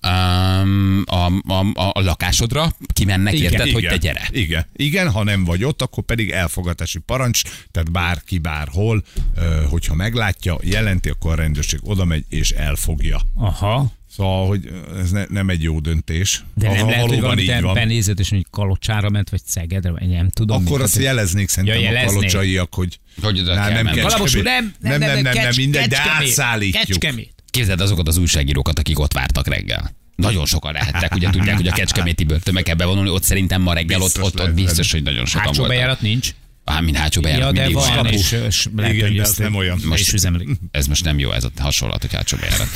um, a, a, a lakásodra, kimennek, igen, érted, igen, hogy te gyere. Igen, igen, ha nem vagy ott, akkor pedig elfogadási parancs, tehát bárki bárhol, hogyha meglátja, jelenti, akkor a rendőrség oda megy és elfogja. Aha. Szóval, hogy ez ne, nem egy jó döntés. De nem ha lehet, hogy valóban így van. benézett, és mondjuk Kalocsára ment, vagy Szegedre, vagy nem tudom. Akkor azt jeleznék szerintem ja, a kalocsaiak, hogy, hogy oda Ná, kell nem Galambos úr, nem, nem, nem, nem, nem, nem, mindegy, de átszállítjuk. Kecskemét. Képzeld azokat az újságírókat, akik ott vártak reggel. Nagyon sokan lehettek, ugye tudják, hogy a kecskeméti börtönbe kell bevonulni, ott szerintem ma reggel ott, ott, ott biztos, hogy nagyon sokan hátsó voltak. bejárat nincs. Á, mint hátsó bejárat, ja, mindig van, van. És, és lehet, igen, hogy ez nem olyan. Most, ez most nem jó, ez a hasonlat, hogy hátsó bejárat.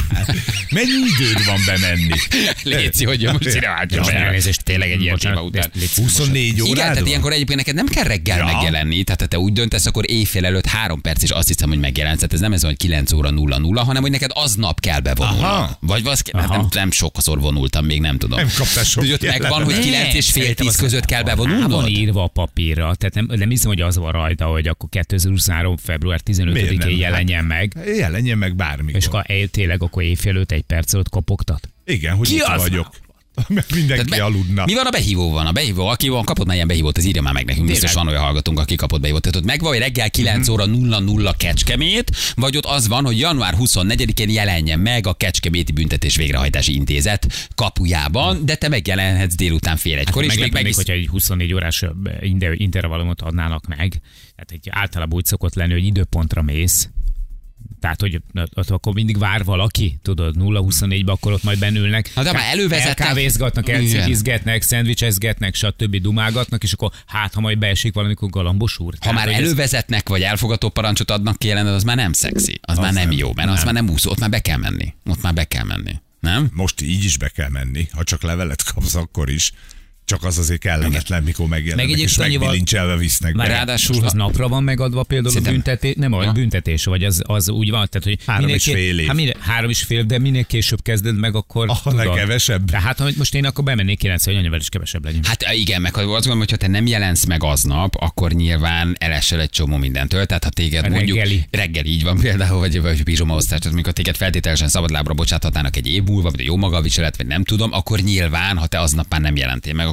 Mennyi időd van bemenni? Léci, hogy jön most ide a hátsó bejárat. Tényleg egy ilyen téma után. huszonnégy órád. Igen, tehát ilyenkor egyébként neked nem kell reggel ja. megjelenni, tehát ha te úgy döntesz, akkor éjfél előtt három perc is azt hiszem, hogy megjelensz. Tehát ez nem ez, hogy kilenc óra nulla nulla, hanem hogy neked aznap kell bevonulnod. Vagy az, nem, nem sokszor vonultam, még nem tudom. Nem kaptál sok megvan, hogy kilenc és fél tíz között kell bevonulnod. Van írva a papírra, tehát nem, nem hiszem, hogy az van rajta, hogy akkor kétezer-huszonhárom február tizenötödikén jelenjen meg. Jelenjen meg bármikor. És akkor tényleg akkor éjfél előtt egy perc előtt kopogtat. Igen, hogy itt vagyok. Mert mindenki be, aludna. Mi van a behívóval? A behívó, aki van, kapott már ilyen behívót, az írja már meg nekünk. Biztos van olyan hallgatónk, aki kapott behívót. Tehát ott megvan, hogy reggel kilenc óra nulla nulla Kecskemét, vagy ott az van, hogy január huszonnegyedikén jelenjen meg a Kecskeméti Büntetés Végrehajtási Intézet kapujában, de te megjelenhetsz délután fél egykor. Hát és még meg is... hogyha egy huszonnégy órás intervallumot adnának meg, tehát egy általában úgy szokott lenni, hogy időpontra mész. Tehát, hogy ott akkor mindig vár valaki, tudod, nulla huszonnégyben, akkor ott majd bennülnek. Na de már elővezetnek. Elkávézgatnak, elcigizgetnek, szendvicsezgetnek, stb. Dumálgatnak, és akkor hát, ha majd beesik valamikor Galambos úr. Ha Tehát, már elővezetnek, ez... vagy elfogató parancsot adnak ki jelened, az már nem szexi. Az, az már nem, nem jó, mert nem. az már nem úszó, ott már be kell menni. Ott már be kell menni. Nem? Most így is be kell menni. Ha csak levelet kapsz, akkor is. Csak az azért kellemetlen, mikor megjelennek, meg és megbilincselve visznek be. Ráadásul az napra van megadva például Szerintem... a büntetés, nem a büntetés, vagy az, az úgy van, tehát hogy három és fél év. Hát minél, három és fél, de minél később kezded meg, akkor ah, tudod, kevesebb. Tehát ha most én akkor bemennék kilencven, hogy annyival is kevesebb legyen. Hát igen, meg azt gondolom, hogy ha te nem jelensz meg aznap, akkor nyilván elesel egy csomó mindentől. Tehát ha téged a mondjuk reggeli. reggel így van például, vagy, vagy pizsomaosztás, tehát amikor téged feltételesen szabadlábra bocsáthatnának egy év múlva, vagy jó magaviselet, vagy nem tudom, akkor nyilván, ha te aznap már nem jelentél meg,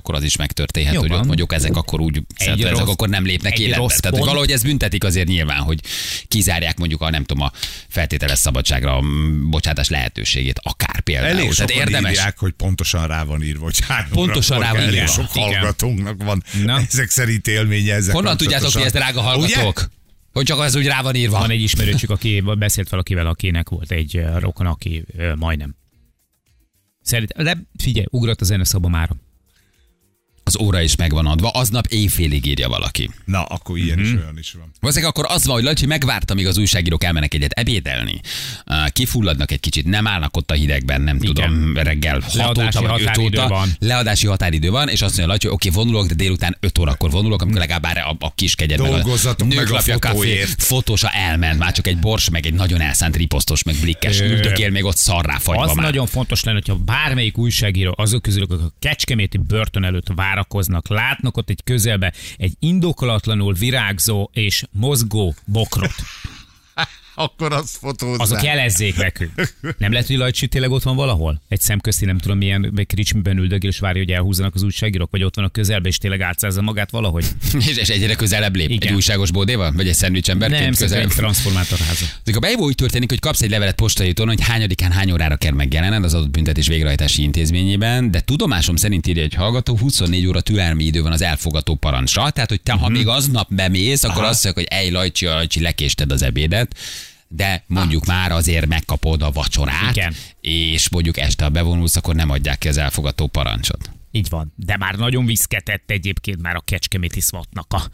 akkor az is megtörténhet, Jó hogy van. ott mondjuk ezek akkor úgy, Egy ezek rossz- akkor nem lépnek egy életbe. rossz Tehát hogy pont. valahogy ezt büntetik azért nyilván, hogy kizárják mondjuk a nem tudom a feltételes szabadságra a mm, bocsátás lehetőségét, akár például. Elég Tehát sokan érdemes. írják, hogy pontosan rá van írva, hogy hány Pontosan órakor rá van kell. írva. Elég sok Igen. hallgatónknak van Na. ezek szerint élménye ezzel Honnan tudjátok, hogy ez drága hallgatók? Ugye? Hogy csak az úgy rá van írva. Van egy ismerősük, aki beszélt valakivel, akinek volt egy ö, rokon, aki ö, majdnem. Szerintem, de figyelj, ugrott a zeneszaba mára. Az óra is meg van adva, aznap éjfélig írja valaki. Na, akkor ilyen Mhm. is, olyan is van. Valószínűleg akkor az van, hogy Laci megvárta, míg az újságírók elmennek egyet ebédelni. Uh, Kifulladnak egy kicsit, nem állnak ott a hidegben, nem Igen. tudom, reggel hat Leadási óta vagy öt határidő óta. van. Leadási határidő van, és azt mondja Laci, hogy oké, vonulok, de délután öt órakor vonulok, amikor legalább már a, a kis kegyed meg a Dolgozzatok meg a Nőklapja Café fotóért. fotósa elment, már csak egy bors, meg egy nagyon elszánt riposztos, meg blikkes, Ö, üldökél még ott szarrá fagyva Az már. nagyon fontos lenne, hogyha bármelyik újságíró azok közül, akik a kecskeméti börtön előtt várakoznak, látnak ott egy közelbe egy indokolatlanul virágzó és mozgó bokrot. Akkor azt fotózzák. Azok jelezzék nekünk. Nem lehet, hogy Lajcsi tényleg ott van valahol? Egy szemközti, nem tudom milyen, vagy kricsmiben üldögél, és várja, hogy elhúzzanak az újságírók, vagy ott van a közelben, és tényleg átszázza magát valahogy? És, és egyre közelebb lép. Igen. Egy újságos bódéval? Vagy egy szendvics emberként Nem, közelebb? szerintem egy transformátorháza. A bejövő úgy történik, hogy kapsz egy levelet postajúton, hogy hányadikán hány órára kell megjelened az adott büntetés végrehajtási intézményében, de tudomásom szerint írja egy hallgató, huszonnégy óra türelmi idő van az elfogató parancsra. Tehát, hogy te, ha még aznap bemész, akkor Aha. azt mondják, hogy ej, Lajcsi, Lajcsi, lekésted az ebédet, de mondjuk már azért megkapod a vacsorát, Igen. és mondjuk este, ha bevonulsz, akkor nem adják ki az elfogató parancsot. Így van. De már nagyon viszketett egyébként már a kecskeméti szvatnak a,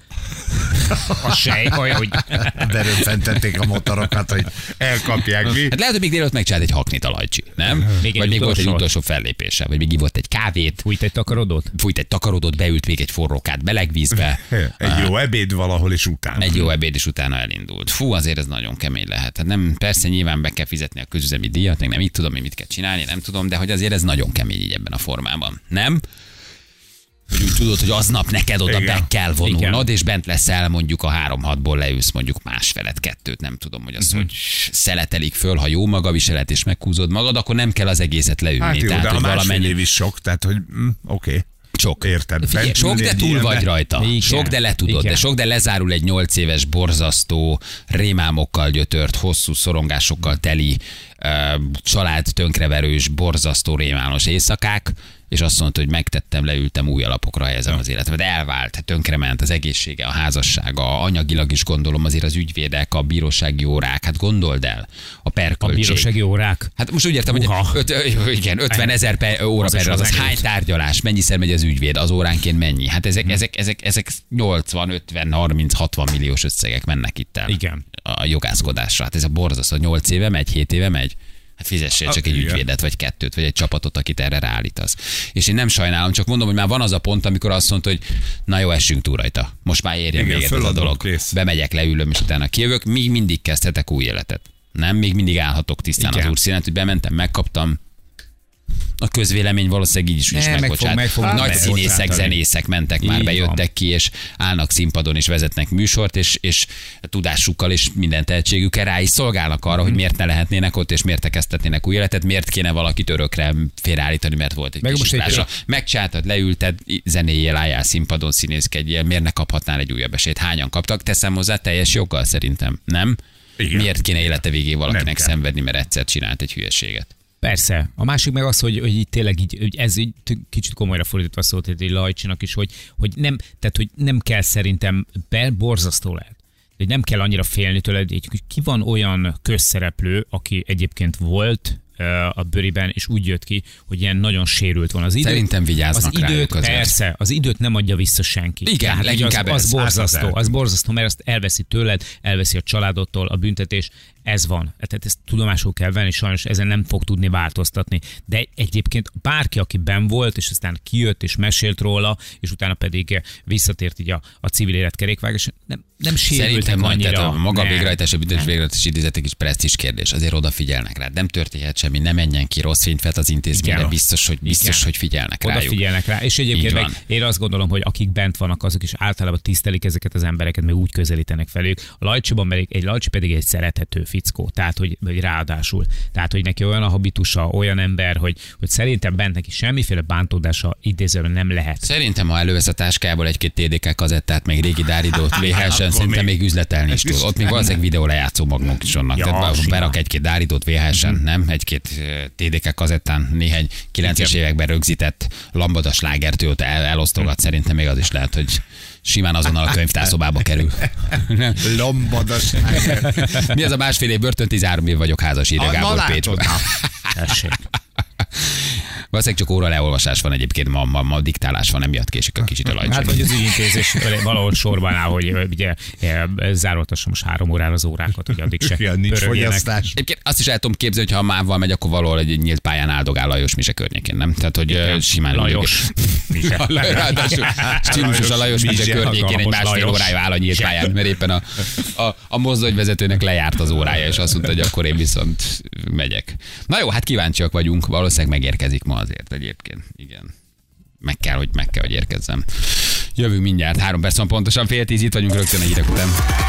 a sej, olyan, hogy Beröffentették a motorokat, hogy elkapják mi. Hát lehet, hogy még délután megcsinált egy haknit a Lajcsi, nem? Még egy Vagy még volt egy utolsó. utolsó fellépése, vagy még ivott egy kávét, fújt egy takarodót. fújt egy takarodót, beült még egy forrókát belegvízbe. Egy jó ebéd valahol is utána. Egy jó ebéd, és utána elindult. Fú, azért ez nagyon kemény lehet. Hát nem, persze nyilván be kell fizetni a közüzemi díjat, meg nem így tudom, hogy mit kell csinálni, nem tudom, de hogy azért ez nagyon kemény így ebben a formában. Nem? Hogy úgy tudod, hogy aznap neked oda Igen. be kell vonulnod, Igen. és bent leszel mondjuk a három-hatból leülsz mondjuk másfelet, kettőt, nem tudom, hogy az, Mhm. hogy szeletelik föl, ha jó magaviselet, és meghúzod magad, akkor nem kell az egészet leülni. Hát jó, Tehát, de a hogy másfél valamennyi év is sok, tehát hogy mm, oké. Okay. sok. Érted. Figyelj, Bent sok, ülni de egy túl ilyenbe. vagy rajta. Igen. Sok, de letudod. Igen. De sok, de lezárul egy nyolc éves, borzasztó, rémámokkal gyötört, hosszú szorongásokkal teli, uh, család tönkreverős, borzasztó rémános éjszakák, és azt mondta, hogy megtettem, leültem, új alapokra helyezem az életemet. Elvált, tönkrement az egészsége, a házassága, anyagilag is gondolom azért az ügyvédek, a bírósági órák, hát gondold el, a A perköltség. bírósági órák. Hát most úgy értem, hogy Uha. öt, ö, igen, ötven ezer per óra Az is per, az az egész. hány tárgyalás, mennyiszer megy az ügyvéd, az óránként mennyi? Hát ezek, Mhm. ezek, ezek, ezek nyolcvan, ötven, harminc, hatvan milliós összegek mennek itt el. Igen. A jogászkodásra. Hát ez a borzasztó, nyolc éve megy, hét éve megy. Hát fizessél csak egy igen. ügyvédet, vagy kettőt, vagy egy csapatot, akit erre ráállítasz. És én nem sajnálom, csak mondom, hogy már van az a pont, amikor azt mondta, hogy na jó, essünk túl rajta. Most már érjen Igen, véget ez a föladom, dolog. kész. Bemegyek, leülöm, és utána kijövök. Még mindig kezdhetek új életet. Nem, még mindig állhatok tisztán Igen. az úrszínen, hogy bementem, megkaptam. A közvélemény valószínűleg így is, is Ne, meg megbocsát. fog- meg fog Nagy megbocsátani. színészek, zenészek mentek már, Így bejöttek van. ki, és állnak színpadon, és vezetnek műsort, és, és tudásukkal és minden tehetségükkel rá is szolgálnak arra, hogy miért ne lehetnének ott, és miért kezdhetnének új életet, miért kéne valakit örökre félreállítani, mert volt egy Meg kis most egy- hibása. Megcsináltad, leülted, zenéjél, álljál színpadon, színészkedjél, miért ne kaphatnál egy újabb esélyt? Hányan kaptak? Teszem hozzá teljes joggal szerintem, nem? Igen. Miért kéne élete végéig valakinek Nem kell. szenvedni, mert egyszer csinált egy hülyeséget? Persze. A másik meg az, hogy, hogy így tényleg így, hogy ez így t- kicsit komolyra fordítva szólt egy Lajcsinak is, hogy, hogy, nem, tehát, hogy nem kell szerintem, be, borzasztó lehet. Hogy nem kell annyira félni tőle, hogy ki van olyan közszereplő, aki egyébként volt ö, a bőriben, és úgy jött ki, hogy ilyen nagyon sérült van az idő. Szerintem vigyáznak az időt, rájuk azért. persze, az időt nem adja vissza senki. Igen, Tehát, hogy leginkább az, az ez. borzasztó, Hát az az borzasztó, mert azt elveszi tőled, elveszi a családodtól, a büntetés, ez van. Tehát ezt tudomásul kell venni, sajnos ezen nem fog tudni változtatni. De egyébként bárki, aki benn volt, és aztán kijött és mesélt róla, és utána pedig visszatért így a, a civil élet kerékvágás, nem, nem sérültek Szerintem nagy, annyira. tehát a maga Nem. végrehajtás, a büntetés Nem. végrehajtási idézetek is presztízs kérdés. Azért odafigyelnek rá. Nem történhet semmi semmi, ne menjen ki, rossz fényt vet az intézményre, Igen. biztos, hogy, biztos, Igen. hogy figyelnek rájuk. Odafigyelnek rá. És Így egyébként van. meg én azt gondolom, hogy akik bent vannak, azok is általában tisztelik ezeket az embereket, meg úgy közelítenek felük. A Lajcsiban pedig egy Lajcsi pedig egy szerethető fickó, tehát hogy, hogy ráadásul. Tehát, hogy neki olyan a habitusa, olyan ember, hogy, hogy szerintem bent neki semmiféle bántódása idézőben nem lehet. Szerintem, ha elővesz a táskából egy-két té dé ká kazettát, meg régi dáridót vé há es-en, Akkor szerintem még- még üzletelni is tud. Ott még valószínűleg videó lejátszó magnók is vannak. Ja, Tehát simán. berak egy-két dáridót vé há es-en, nem? Egy-két eh, té dé ká kazettán néhány kilencvenes években rögzített lambada slágert, ő ott el, elosztogat. Szerintem még az is lehet, hogy simán azonnal a könyvtárszobába kerül. Nem? Lombadas. Mi az a másfél év börtön, tizenhárom év vagyok házas, írja Na, Gábor látod, Pécsben. na. Tessék. Valószínűleg csak óra leolvasás van egyébként, ma, ma, ma diktálás van, emiatt késik a kicsit a Lajcsi. Hát vagy az ügyintézés valahol sorban áll, hogy ö, ugye eh, zároltassam most három órára az órákat, hogy addig se Igen, nincs pörögjenek. fogyasztás. Egyébként azt is el tudom képzelni, hogy ha a mávval megy, akkor valahol egy nyílt pályán áldogál Lajos Mise környékén, nem? Tehát, hogy ö, simán Lajos. Mise. Ráadásul stílusos a Lajos Mise Mise, környékén egy Lajos. másfél órája áll a nyílt pályán, mert éppen a, a, a mozdonyvezetőnek lejárt az órája, és azt mondta, hogy akkor én viszont megyek. Na jó, hát kíváncsiak vagyunk, valószínűleg megérkezik ma azért egyébként. Igen. Meg kell, hogy meg kell, hogy érkezzem. Jövünk mindjárt, három perc van pontosan, fél tíz, itt vagyunk rögtön egy hírek után.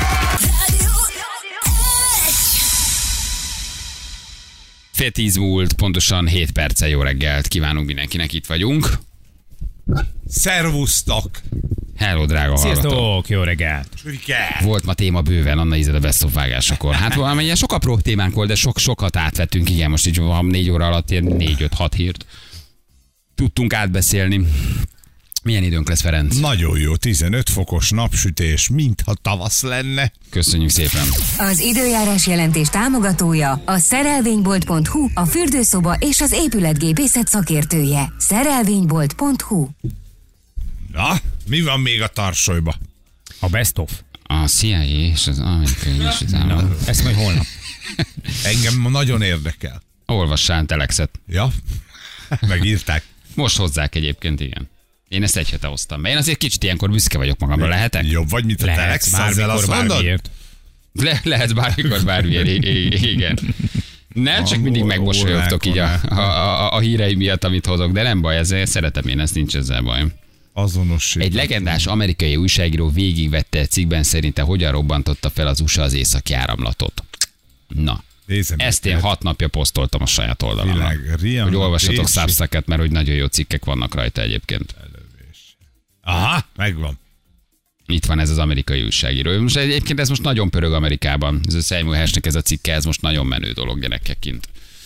Fél tíz múlt, pontosan hét perccel jó reggelt kívánunk mindenkinek, itt vagyunk. Szervusztok! Hello, drága hallgatók. Sziasztok, jó reggelt! Suriker! Volt ma téma bőven, Anna ízed a best of vágásakor. Hát valamilyen sok apró témánk volt, de sok, sokat átvettünk, igen, most így van négy óra alatt ilyen négy öt hat hírt tudtunk átbeszélni. Milyen időnk lesz, Ferenc? Nagyon jó, tizenöt fokos napsütés, mintha tavasz lenne. Köszönjük szépen. Az időjárás jelentés támogatója a szerelvénybolt pont hu, a fürdőszoba és az épületgépészet szakértője. szerelvénybolt pont hu. Na, mi van még a tarsolyba? A best of. A C I A és az amerikai és az állam. Na, ezt majd holnap. Engem nagyon érdekel. Olvassál telexet. Ja? Megírták. Most hozzák egyébként, igen. Én ezt egy hete hoztam be. Én azért kicsit ilyenkor büszke vagyok magamra, lehetek? Jobb vagy, mint a Lehet, Telex, ezzel bármikor, azt mondod? bármiért. Le, lehet bármikor, bármilyen, i- i- igen. Nem, csak mindig megmosolyogtok így a, a, a, a hírei miatt, amit hozok, de nem baj, ezzel szeretem én, ezt nincs ezzel bajom. Azonosség. Egy legendás amerikai újságíró végigvette egy cikkben szerinte, hogyan robbantotta fel az u es á az északi áramlatot. Na, Nézem ezt én őket. hat napja posztoltam a saját oldalamra. Világ, Rihanna, Hogy olvassatok Pécsi. Substacket, mert hogy nagyon jó cikkek vannak rajta egyébként. Aha, megvan. Itt van ez az amerikai újságíró. Most egyébként ez most nagyon pörög Amerikában. Ez a Samuel Hashnek ez a cikke, ez most nagyon menő dolog gyerekek kint.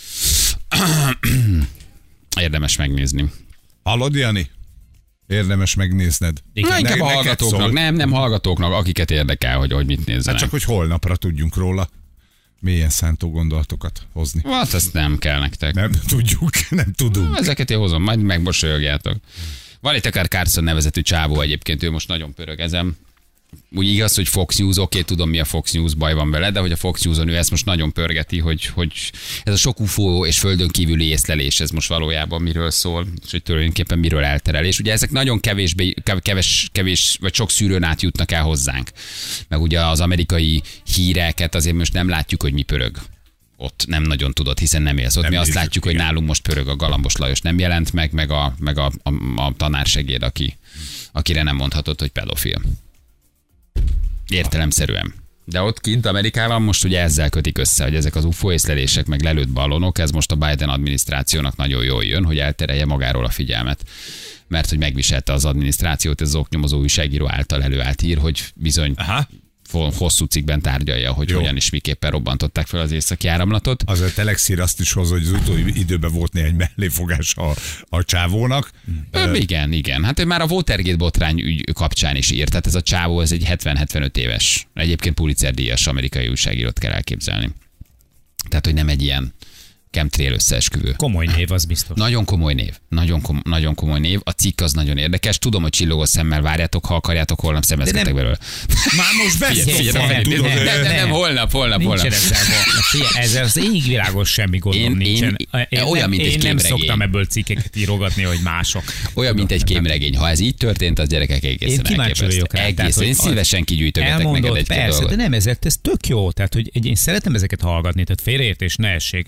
Érdemes megnézni. Hallod, Jani? Érdemes megnézned. Na, Ne- inkább a neked hallgatóknak, szól. nem, nem hallgatóknak, akiket érdekel, hogy, hogy mit nézzenek. Hát csak, hogy holnapra tudjunk róla mélyen szántó gondolatokat hozni. Hát ezt nem kell nektek. Nem tudjuk, nem tudunk. Ezeket én hozom, majd megmosolyogjátok. Van egy Tucker Carlson nevezetű csávó egyébként, ő most nagyon pörög ezen. Úgy igaz, hogy Fox News, oké, tudom mi a Fox News, baj van vele, de hogy a Fox News-on ő ezt most nagyon pörgeti, hogy, hogy ez a sok u f o és földön kívüli észlelés, ez most valójában miről szól, és hogy tulajdonképpen miről elterelés. Ugye ezek nagyon kevésbé, keves, kevés, vagy sok szűrőn át jutnak el hozzánk. Meg ugye az amerikai híreket azért most nem látjuk, hogy mi pörög. Ott nem nagyon tudod, hiszen nem élsz ott. Nem Mi azt nézzük, látjuk, hogy igen. nálunk most pörög a Galambos Lajos nem jelent meg, meg a, meg a, a, a tanársegéd, aki, akire nem mondhatod, hogy pedofil. Értelemszerűen. De ott kint Amerikában most ugye ezzel kötik össze, hogy ezek az u f o észlelések, meg lelőtt ballonok, ez most a Biden adminisztrációnak nagyon jól jön, hogy elterelje magáról a figyelmet. Mert hogy megviselte az adminisztrációt, ez az oknyomozó újságíró által előállt hír, hogy bizony Aha. hosszú cikkben tárgyalja, hogy Jó. hogyan és miképpen robbantották fel az északi áramlatot. Az a Telexír azt is hoz, hogy az utóbbi időben volt néhány melléfogás a, a csávónak. Ö, igen, igen. Hát ő már a Watergate botrány ügy kapcsán is írt. Tehát ez a csávó, ez egy hetven-hetvenöt éves. Egyébként Pulitzer díjas amerikai újságírót kell elképzelni. Tehát, hogy nem egy ilyen chemtrail összeesküvő. Komoly név, az biztos. Nagyon komoly név. Nagyon, kom- nagyon komoly név. A cikk az nagyon érdekes. Tudom, hogy csillogó szemmel várjátok, ha akarjátok, holnap szemezgetek belőle. Már most Figyelj, beszélsz, figyelj, van, figyelj, tudod, nem, nem, nem, nem, holnap, holnap, holnap. Nincsen ezzel, gond. Figyelj, ezzel az égvilágos semmi gondom Én- nincsen. én- Én, olyan, nem, mint egy én nem kémregény. szoktam ebből cikkeket írogatni, hogy mások. Olyan, mint egy kémregény. Ha ez így történt, az gyerekek egészen Én kíváncsi elképesztő. vagyok rá. Tehát, Egészen. Én hogy szívesen kigyűjtögetek neked elmondott, egy-két persze, dolgot. de nem ezért, ez tök jó. Tehát, hogy egy- én szeretem ezeket hallgatni, tehát félreértés ne essék. Ez nem is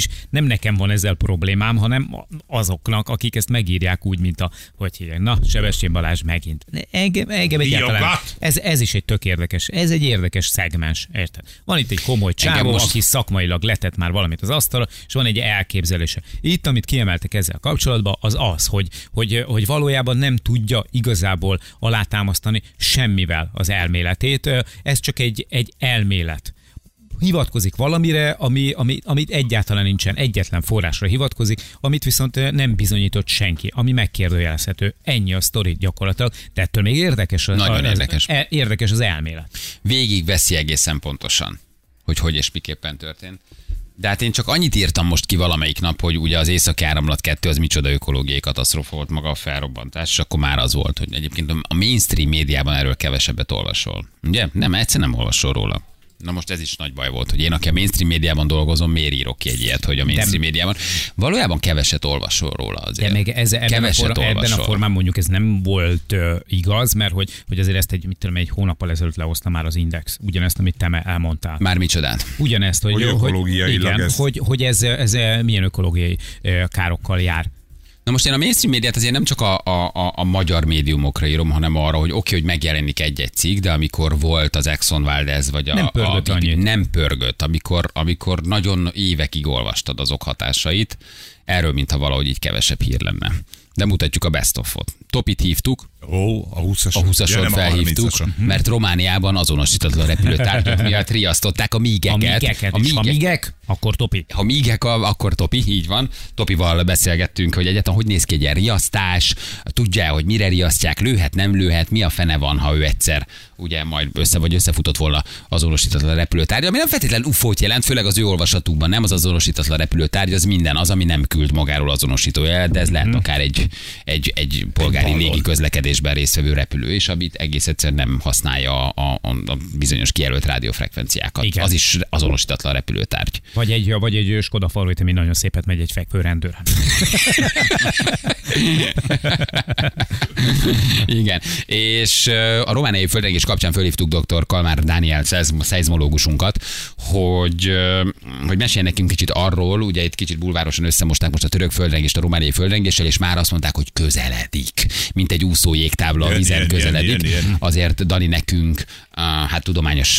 nem nekem van ezzel problémám, hanem azoknak, akik ezt megírják úgy, mint a, hogy hívják, na, Sebestyén Balázs megint. Engem, engem egyáltalán, ez, ez is egy tök érdekes, ez egy érdekes szegmens, érted? Van itt egy komoly csávó, most... aki szakmailag letett már valamit az asztalra, és van egy elképzelése. Itt, amit kiemeltek ezzel kapcsolatban, az az, hogy, hogy, hogy valójában nem tudja igazából alátámasztani semmivel az elméletét. Ez csak egy, egy elmélet. Hivatkozik valamire, ami, ami, amit egyáltalán nincsen, egyetlen forrásra hivatkozik, amit viszont nem bizonyított senki, ami megkérdőjelezhető. Ennyi a sztori gyakorlatilag, de ettől még érdekes az, Nagyon az, érdekes. Az, érdekes az elmélet. Végig veszi egészen pontosan, hogy hogy és miképpen történt. De hát én csak annyit írtam most ki valamelyik nap, hogy ugye az Északi Áramlat kettő az micsoda ökológiai katasztrófa volt maga a felrobbantás, és akkor már az volt, hogy egyébként a mainstream médiában erről kevesebbet olvasol. Ugye? Nem, egyszer nem olvasol róla. Na most ez is nagy baj volt, hogy én, aki a mainstream médiában dolgozom, miért írok ki egy ilyet, hogy a mainstream de, médiában. Valójában keveset olvasol róla azért. De még ez, ebben, a forma, ebben a formán mondjuk ez nem volt uh, igaz, mert hogy, hogy azért ezt egy, mit tudom, egy hónappal ezelőtt lehozta már az Index. Ugyanezt, amit te elmondtál. Már micsodát? Ugyanezt, hogy, hogy, hogy, igen, ez... hogy, hogy ez, ez milyen ökológiai károkkal jár. Na most én a mainstream médiát azért nem csak a, a, a, a magyar médiumokra írom, hanem arra, hogy oké, okay, hogy megjelenik egy-egy cikk, de amikor volt az Exxon Valdez, vagy a... Nem pörgött a, annyit. Nem pörgött, amikor, amikor nagyon évekig olvastad az okhatásait, erről mintha valahogy így kevesebb hír lenne. De mutatjuk a best of-ot. Topit hívtuk, Ó, a húszasot. A húszasot felhívtuk, mert Romániában azonosítatlan repülőtárgyak miatt riasztották a mígeket. A mígeket, a mígek, ha mígek, akkor Topi. Ha mígek, akkor Topi, így van. Topival beszélgettünk, hogy egyáltalán hogy néz ki egy ilyen riasztás, tudja, hogy mire riasztják, lőhet, nem lőhet, mi a fene van, ha ő egyszer ugye majd össze vagy összefutott volna azonosítatlan repülőtárgy, ami nem feltétlenül ufót jelent, főleg az ő olvasatukban nem, az azonosítatlan repülőtárgy, az minden, az, ami nem küld magáról azonosítója, de ez lehet hmm. akár egy, egy, egy polgári légi közlekedésben résztvevő repülő, és amit egész egyszerűen nem használja a, a, a bizonyos kijelölt rádiófrekvenciákat. Igen. Az is azonosítatlan repülőtárgy. Vagy egy, vagy egy Skoda Favorit, ami nagyon szépet megy egy fekvő rendőr. Igen. És a romániai földrengés kapcsán fölhívtuk dr. Kalmár Dániel szeizmológusunkat, hogy, hogy mesélj nekünk kicsit arról, ugye itt kicsit bulvárosan összemosták most a török földrengést a romániai földrengéssel, és már azt mondták, hogy közeledik, mint egy úszó jégtábla a vízen közeledik. Ilyen, ilyen. Azért Dani nekünk, hát tudományos,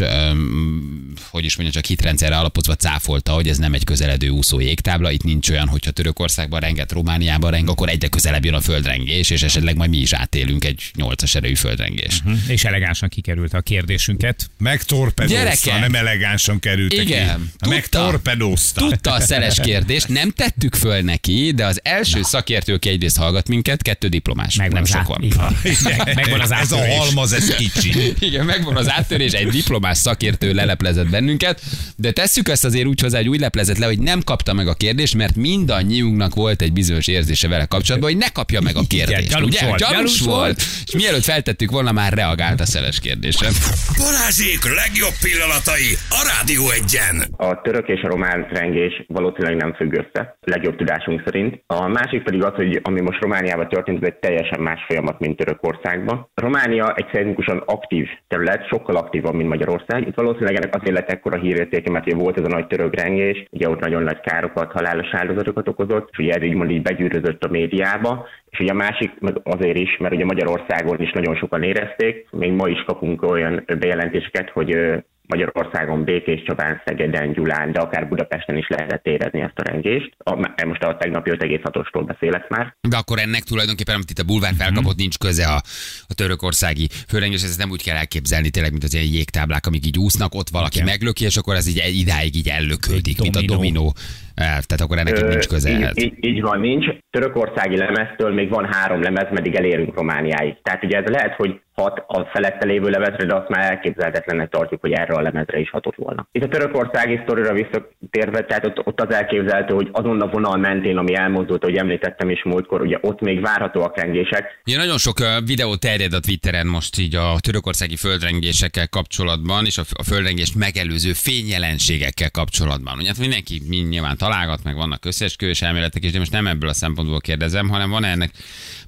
hogy is mondja, csak hitrendszerre alapozva cáfolta, hogy ez nem egy közeledő úszó jégtábla, itt nincs olyan, hogyha Törökországban renget, Romániában reng, akkor egyre közelebb jön a földrengés, és esetleg majd mi is átélünk egy nyolcas erejű földrengés. Uh-huh. És elegánsan kikerült a kérdésünket. Megtorpedózta, nem elegánsan került ki. Igen, megtorpedózta. Tudta a szeles kérdést, nem tettük föl neki, de az első Na. szakértő, aki egyrészt hallgat minket, kettő diplomás. Megvan nem az sok át... van. Megvan az ez a halmaz, ez kicsi. Igen, megvan az áttörés, egy diplomás szakértő leleplezett bennünket, de tesszük ezt azért úgy hozzá, hogy úgy leplezett le, hogy nem kapta meg a kérdést, mert mindannyiunknak volt egy bizonyos érzése vele kapcsolatban, hogy ne kapja meg a kérdést. Igen, gyanús ugye? volt, Gyanús gyanús volt. volt. És mielőtt feltettük volna, már reagált a szeles kérdésre. Balázsék legjobb pillanatai a Rádió Egyen. A török és a román rengés valószínűleg nem függ össze, legjobb tudásunk szerint. A másik pedig az, hogy ami most Romániában történt, ez egy teljesen más folyamat, mint Törökországban. Románia egy szeizmikusan aktív terület, sokkal aktívabb, mint Magyarország. Itt valószínűleg ennek azért lett ekkora hírértéke, mert ugye volt ez a nagy török rengés, ugye ott nagyon nagy károkat, halálos áldozatokat okozott, és ugye ez így mond így begyűrözött a médiába. És ugye a másik meg azért is, mert ugye Magyarországon is nagyon sokan érezték, még ma is kapunk olyan bejelentéseket, hogy Magyarországon, Békéscsabán, Szegeden, Gyulán, de akár Budapesten is lehetett érezni ezt a rengést. A, most a tegnapi öt egész hatosról beszélek már. De akkor ennek tulajdonképpen, amit itt a bulvár felkapott, nincs köze a, a törökországi földrengés, ezt nem úgy kell elképzelni, tényleg, mint az ilyen jégtáblák, amik így úsznak, ott valaki Igen. meglöki, és akkor ez így idáig így ellökődik, mint a dominó. Tehát akkor ennek Ö, nincs köze ehhez. Így, így van, nincs. Törökországi lemeztől még van három lemez, meddig elérünk Romániáig. Tehát ugye ez lehet, hogy hat a felette lévő lemezre, de azt már elképzelhetetlennek tartjuk, hogy erre a lemezre is hatott volna. Itt a törökországi sztorira visszatérve, tehát ott, ott az elképzelhető, hogy azon a vonal mentén, ami elmozdult, hogy említettem is múltkor, ugye ott még várhatóak rengések. Ja, nagyon sok videó terjed a Twitteren most így a törökországi földrengésekkel kapcsolatban, és a földrengést megelőző fényjelenségekkel kapcsolatban. Ugye mindenki nyilván találgat, meg vannak összeesküvés elméletek is, de most nem ebből a szempontból kérdezem, hanem van ennek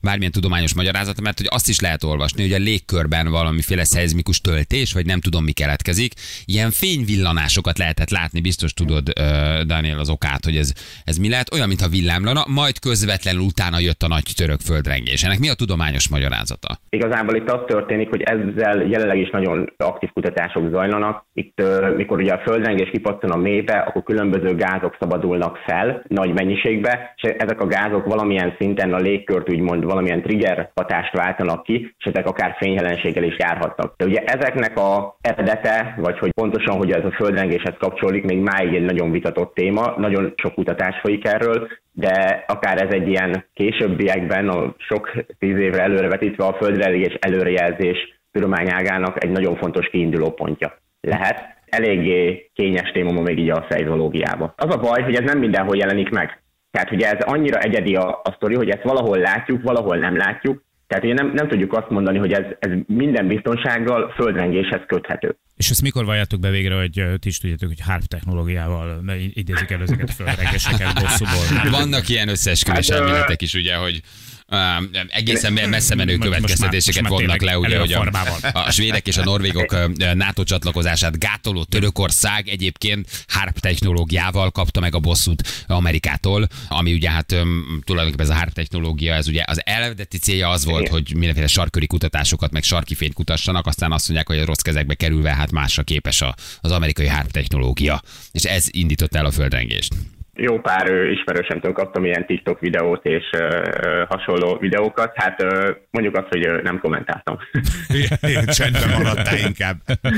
bármilyen tudományos magyarázata, mert hogy azt is lehet olvasni, hogy a légkörben valamiféle szeizmikus töltés, vagy nem tudom mi keletkezik. Ilyen fényvillanásokat lehetett látni, biztos tudod, Daniel, az okát, hogy ez, ez mi lehet, olyan, mintha villámlana, majd közvetlenül utána jött a nagy török földrengés. Ennek mi a tudományos magyarázata? Igazából itt az történik, hogy ezzel jelenleg is nagyon aktív kutatások zajlanak. Itt, mikor ugye a földrengés kipattan a mélybe, akkor különböző gázok szabadulnak fel nagy mennyiségbe, és ezek a gázok valamilyen szinten a légkört úgymond valamilyen trigger hatást váltanak ki, és ezek akár fényjelenséggel is járhatnak. De ugye ezeknek a eredete, vagy hogy pontosan, hogy ez a földrengéshez kapcsolódik, még máig egy nagyon vitatott téma, nagyon sok kutatás folyik erről, de akár ez egy ilyen későbbiekben, a sok tíz évre előrevetítve a földrengés előrejelzés tudományágának egy nagyon fontos kiinduló pontja lehet. Eléggé kényes téma ma még így a szeizmológiában. Az a baj, hogy ez nem mindenhol jelenik meg. Tehát ugye ez annyira egyedi a, a sztori, hogy ezt valahol látjuk, valahol nem látjuk. Tehát ugye nem, nem tudjuk azt mondani, hogy ez, ez minden biztonsággal földrengéshez köthető. És ezt mikor valljátok be végre, hogy ti is tudjátok, hogy HAARP technológiával idézik el ezeket a földrengéseket bosszúból? Vannak ilyen összeesküvés hát, elméletek is, ugye, hogy Uh, egészen messze menő következtetéseket vonnak le, ugye, hogy a, a svédek és a norvégok NATO csatlakozását gátoló Törökország egyébként HAARP technológiával kapta meg a bosszút Amerikától, ami ugye hát um, tulajdonképpen ez a HAARP technológia, ez ugye az eredeti célja az volt, hogy mindenféle sarkköri kutatásokat, meg sarki fényt kutassanak, aztán azt mondják, hogy a rossz kezekbe kerülve hát másra képes a, az amerikai HAARP technológia, és ez indította el a földrengést. Jó pár ö, ismerősemtől kaptam ilyen TikTok videót és ö, ö, hasonló videókat, hát ö, mondjuk azt, hogy ö, nem kommentáltam. Csendben maradtál inkább.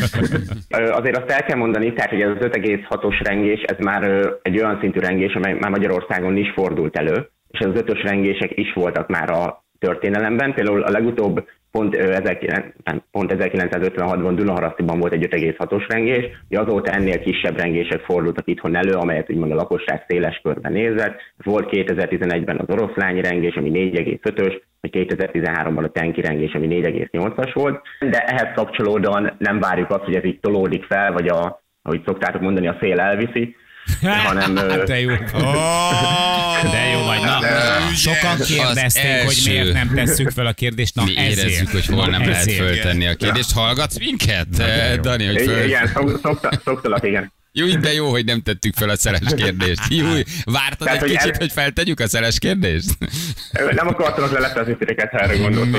ö, azért azt el kell mondani, tehát, hogy ez az öt egész hatos rengés, ez már ö, egy olyan szintű rengés, amely már Magyarországon is fordult elő, és az ötös rengések is voltak már a történelemben. Például a legutóbb pont, pont ezerkilencszázötvenhatban Dunaharasztiban volt egy öt egész hatos rengés, azóta ennél kisebb rengések fordultak itthon elő, amelyet úgymond a lakosság széles körben nézett. Volt kétezer-tizenegyben az oroszlányi rengés, ami négy egész ötös, vagy kétezer-tizenháromban a tenki rengés, ami négy egész nyolcas volt, de ehhez kapcsolódóan nem várjuk azt, hogy ez így tolódik fel, vagy a, ahogy szoktátok mondani, a szél elviszi, hanem... De jó. De jó vagy. Na, sokan kérdezték, hogy miért nem tesszük fel a kérdést. Na, mi ezért. érezzük, hogy hol nem lehet föltenni a kérdést. Hallgatsz minket, Dani, hogy föl... Igen, szoktalak, igen. Jó, de jó, hogy nem tettük fel a szeles kérdést. Jó, vártad Tehát, egy kicsit, el... hogy feltegyük a szeles kérdést? Nem akartam lelepezni titeket, ha erre gondoltam.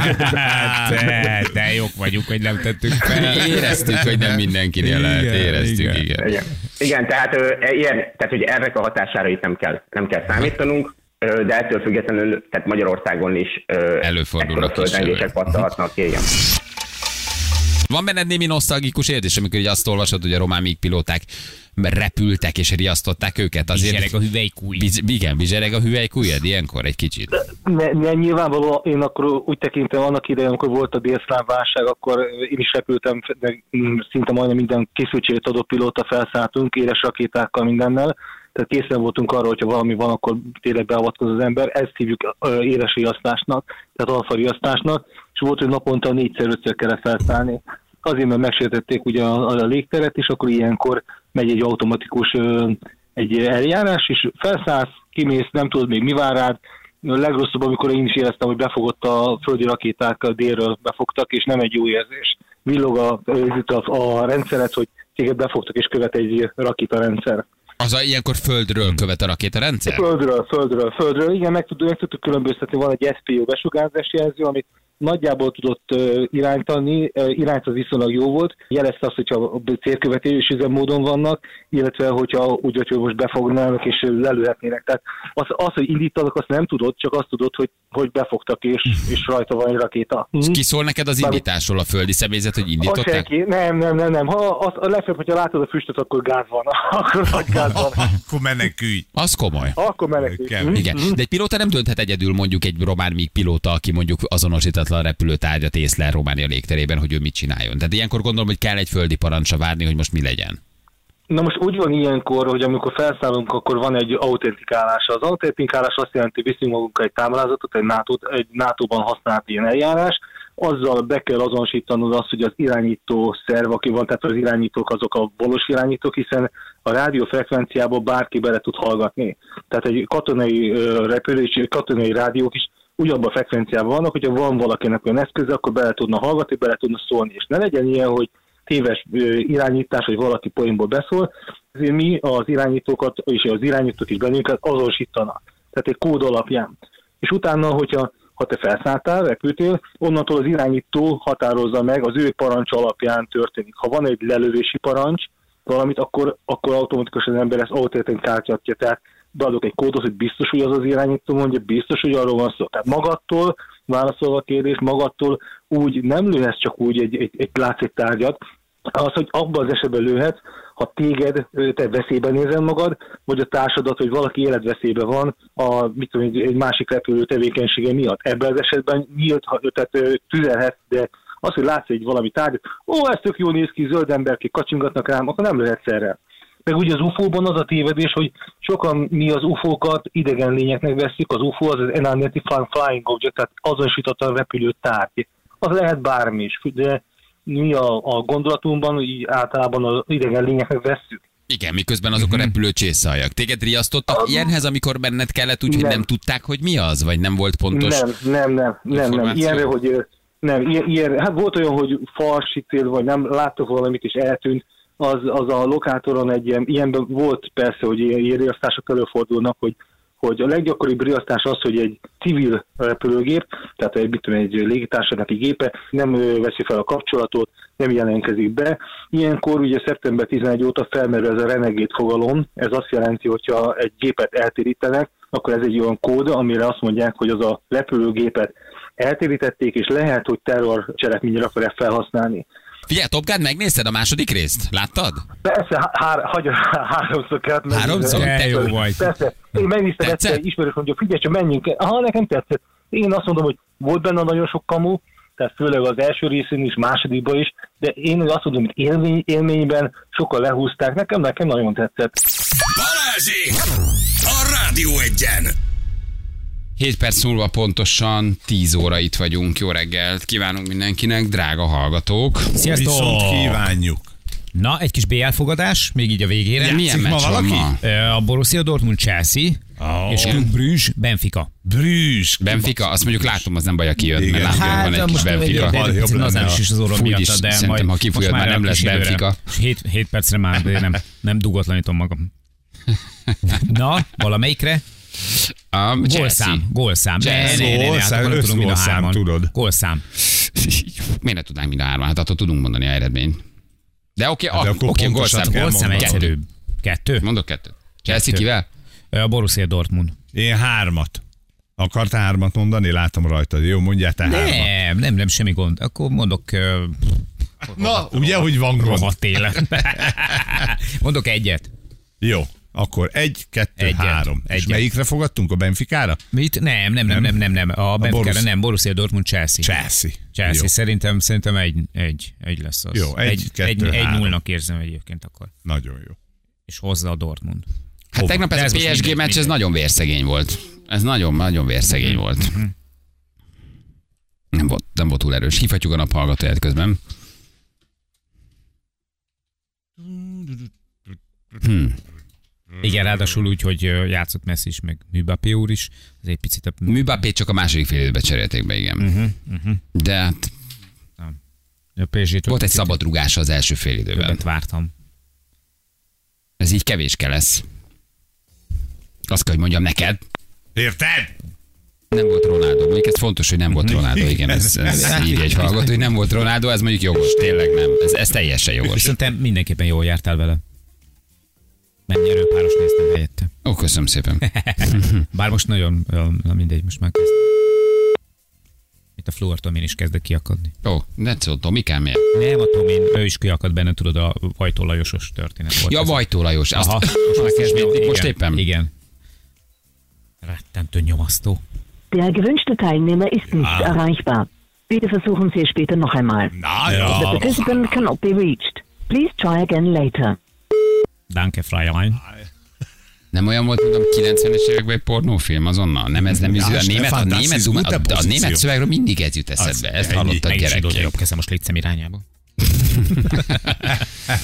De, de jók vagyunk, hogy nem tettük fel. Éreztük, hogy nem mindenkinél lehet. Éreztük, igen. Igen, igen. igen tehát, ilyen, tehát hogy ennek a hatására itt nem kell, nem kell számítanunk, de ettől függetlenül, tehát Magyarországon is előfordulnak földrengések pattanhatnak ki, igen. Van benned némi nosztalgikus érzés, amikor így azt olvasod, hogy a román mígpilóták repültek és riasztották őket? Azért bizsereg a hüvelykúj. Biz, igen, bizsereg a hüvelykújad ilyenkor egy kicsit. Ne, ne, nyilvánvalóan én akkor úgy tekintem, annak idején, amikor volt a délszláv válság, akkor én is repültem, de szinte majdnem minden készültséget adott pilóta felszálltunk, éles rakétákkal, mindennel. Tehát készen voltunk arra, hogyha valami van, akkor tényleg beavatkoz az ember. Ezt hívjuk éles riasztásnak, tehát alfa riasztásnak, és volt, hogy naponta négyszer-ötször kellett felszállni. Azért, mert megsértették ugye a, a légteret, és akkor ilyenkor megy egy automatikus egy eljárás, és felszállsz, kimész, nem tudod még mi vár rád. A legrosszabb, amikor én is éreztem, hogy befogott a földi rakéták, délről befogtak, és nem egy jó érzés. Villog a, a, a rendszeret, hogy téged befogtak, és követ egy rakétarendszer. Az a, ilyenkor földről követ a rakétarendszer? Földről, földről, földről. Igen, meg tudjuk, meg tudtuk különböztetni, van egy es pé o besugárzás jelző, amit nagyjából tudott uh, irányítani, uh, irányt az viszonylag jó volt, jelezte azt, hogyha célkövetés üzemmódon vannak, illetve hogyha úgy, hogy most befognának és lelőhetnének. Tehát az, az, hogy indítanak, azt nem tudod, csak azt tudod, hogy, hogy befogtak és, és rajta van egy rakéta. És ki szól neked az indításról, a földi személyzet, hogy indították? Senki. Nem, nem, nem, nem. Ha az, a legfeljebb, hogyha látod a füstöt, akkor gáz van. Akkor nagy gáz van. Akkor menekülj. Az komoly. Akkor menekülj. Igen. De egy pilóta nem dönthet egyedül, mondjuk egy román míg pilóta, aki mondjuk azonosítatlan repülőtárgyat észlel Románia légterében, hogy ő mit csináljon. Tehát ilyenkor gondolom, hogy kell egy földi parancsra várni, hogy most mi legyen. Na most úgy van ilyenkor, hogy amikor felszállunk, akkor van egy autentikálás. Az autentikálás azt jelenti, hogy viszünk magunkkal egy táblázatot, egy, NATO, egy nátóban használt ilyen eljárás, azzal be kell azonosítanod azt, hogy az irányító szerv, aki van, tehát az irányítók azok a valós irányítók, hiszen a rádiófrekvenciából bárki bele tud hallgatni. Tehát egy katonai repülés, katonai rádiók is ugyanabban a frekvenciában vannak, hogyha van valakinek olyan eszköze, akkor bele tudna hallgatni, bele tudna szólni, és ne legyen ilyen, hogy téves irányítás, hogy valaki poénból beszól, ezért mi az irányítókat, és az irányítók is bennünket azonosítanak. Tehát egy kód alapján. És utána, hogyha ha te felszálltál, repültél, onnantól az irányító határozza meg, az ő parancs alapján történik. Ha van egy lelövési parancs, valamit, akkor, akkor automatikusan az ember ezt autentikáltatja. Tehát beadok egy kódot, hogy biztos, hogy az az irányító mondja, biztos, hogy arról van szó. Tehát magadtól válaszolva a kérdést, magadtól úgy nem lőhetsz csak úgy egy, egy, egy látszik-tárgyat, az, hogy abban az esetben lőhetsz, ha téged, te veszélyben nézel magad, vagy a társadat, hogy valaki életveszélyben van a, mit tudom, egy másik repülő tevékenysége miatt. Ebben az esetben nyílt, tehát tüzelhetsz, de az, hogy látsz egy valami tárgyat, ó, ez tök jól néz ki, zöld emberkék kacsingatnak rám, akkor nem lőhetsz erre. Meg ugye az ufóban az a tévedés, hogy sokan mi az ufókat idegen lényeknek veszik, az ufó az az unidentified flying object, tehát azonosítottan repülő tárgy. Az lehet bármi is, de mi a, a gondolatunkban így általában az idegen lényeknek vesszük. Igen, miközben azok a repülő csészajak. Téged riasztottak um, ilyenhez, amikor benned kellett úgy, nem. hogy nem tudták, hogy mi az? Vagy nem volt pontos Nem, nem, nem, nem, nem. Ilyenre, hogy nem, ilyen, ilyen, hát volt olyan, hogy falsítél, vagy nem láttok valamit, és eltűnt, az, az a lokátoron egy ilyen, ilyenben volt persze, hogy ilyen, ilyen riasztások előfordulnak, hogy hogy a leggyakoribb riasztás az, hogy egy civil repülőgép, tehát egy, mit tudom, egy légitársasági gépe nem veszi fel a kapcsolatot, nem jelentkezik be. Ilyenkor ugye szeptember tizenegy óta felmerül ez a renegade fogalom, ez azt jelenti, hogyha egy gépet eltérítenek, akkor ez egy olyan kód, amire azt mondják, hogy az a repülőgépet eltérítették, és lehet, hogy terror cselekményre akarják felhasználni. Figyelj, Top Gun, megnézted a második részt? Láttad? Persze, hár, hagy, háromszor kellett megnézni. Háromszor? Te jó vagy. Persze. Én megnéztem egyszer, egy ismerős mondja, figyelj, csak menjünk el. Aha, nekem tetszett. Én azt mondom, hogy volt benne nagyon sok kamu, tehát főleg az első részén is, másodikban is, de én azt mondom, hogy élmény, élményben sokkal lehúzták. Nekem, nekem nagyon tetszett. Balázsék! A Rádió Egyen! hét perc múlva pontosan tíz óra itt vagyunk. Jó reggelt kívánunk mindenkinek, drága hallgatók. Sziasztok! Viszont kívánjuk. Na, egy kis bé el fogadás, még így a végére. De milyen meccs van ma? A Borussia Dortmund Chelsea, oh. és Club Brugge Benfica. Brüssz. Benfica, azt mondjuk látom, az nem baj, aki jön, mert látom, hát, van egy kis Benfica. Nazás is az orrom miatt, de szerintem, majd, ha kifújod, már nem lesz Benfica. hét percre már nem, nem dugatlanítom magam. Na, valamelyikre? A gólszám, gólszám. Gólszám, tudod. Gólszám. Miért ne tudnánk mind a hárman? Hát attól tudunk mondani a eredményt. De oké, okay, oké, okay, gólszám. Gólszám egyszerűbb. Kettő? Mondok kettőt. Chelsea kivel? A Borussia Dortmund. Én hármat. Akartál hármat mondani? Látom rajtad. Jó, mondjál te hármat. Nem, nem, nem, semmi gond. Akkor mondok... Na, ugye, hogy van gond. Rohadt élet. Mondok egyet. Jó. Akkor egy, kettő, Egyet. három. Egyet. És melyikre fogadtunk? A Benficára? Mit? Nem, nem, nem, nem, nem, nem. A Benficára Borussia. nem. Borussia Dortmund Chelsea. Chelsea. Chelsea. Jó. Szerintem, szerintem egy, egy, egy lesz az. Jó, egy, egy, kettő, egy, egy három. nullnak érzem egyébként akkor. Nagyon jó. És hozza a Dortmund. Hát tegnap ez a pé es gé meccs, ez nagyon vérszegény volt. Ez nagyon, nagyon vérszegény volt. Nem volt, nem volt túl erős. Hívhatjuk a naphallgatóját közben. Hmm. Igen, ráadásul úgy, hogy játszott Messi is, meg Mbappé úr is. Ez egy picit a... Mbappé csak a második fél időben cserélték be, igen. Uh-huh, uh-huh. De hát A pé es gé-től volt egy szabad rúgása az első fél időben. Többet vártam. Ez így kevéske lesz. Azt kell, hogy mondjam neked. Érted? Nem volt Ronaldo. Még ez fontos, hogy nem volt Ronaldo. Igen, ez, ez írja egy hallgató, hogy nem volt Ronaldo, ez mondjuk jogos. Tényleg nem. Ez, ez teljesen jogos. Viszont te mindenképpen jól jártál vele. Mert nyerőpáros néztem helyette. Ó, köszönöm szépen. Bár most nagyon, na mindegy, most már kezd. Itt a Fluor Tomin is kezdett kiakadni. Ó, ne szó, Tomikám, miért? Nem a Tomin, ő is kiakad benne, tudod, a Vajtó Lajosos történet volt. Ja, ez. Vajtó Lajos. Azt, Aha, most, most, kezd, most, igen, most éppen. Igen. Rettentő nyomasztó. Der gewünschte Teilnehmer ist nicht Ah. erreichbar. Bitte versuchen Sie es später noch einmal. Na The ja. participant cannot be reached. Please try again later. Danke, Freilein. Nem olyan volt, mondom, kilencvenes években egy pornófilm azonnal? Nem ez nem Ja, üzül. A német, a Stefan, német, das duma, ist a, gute a német Position. szövegről mindig ez jut eszedbe. Ezt ennyi. hallottad Meg is gyerekként. jobb kezem most létszem irányába.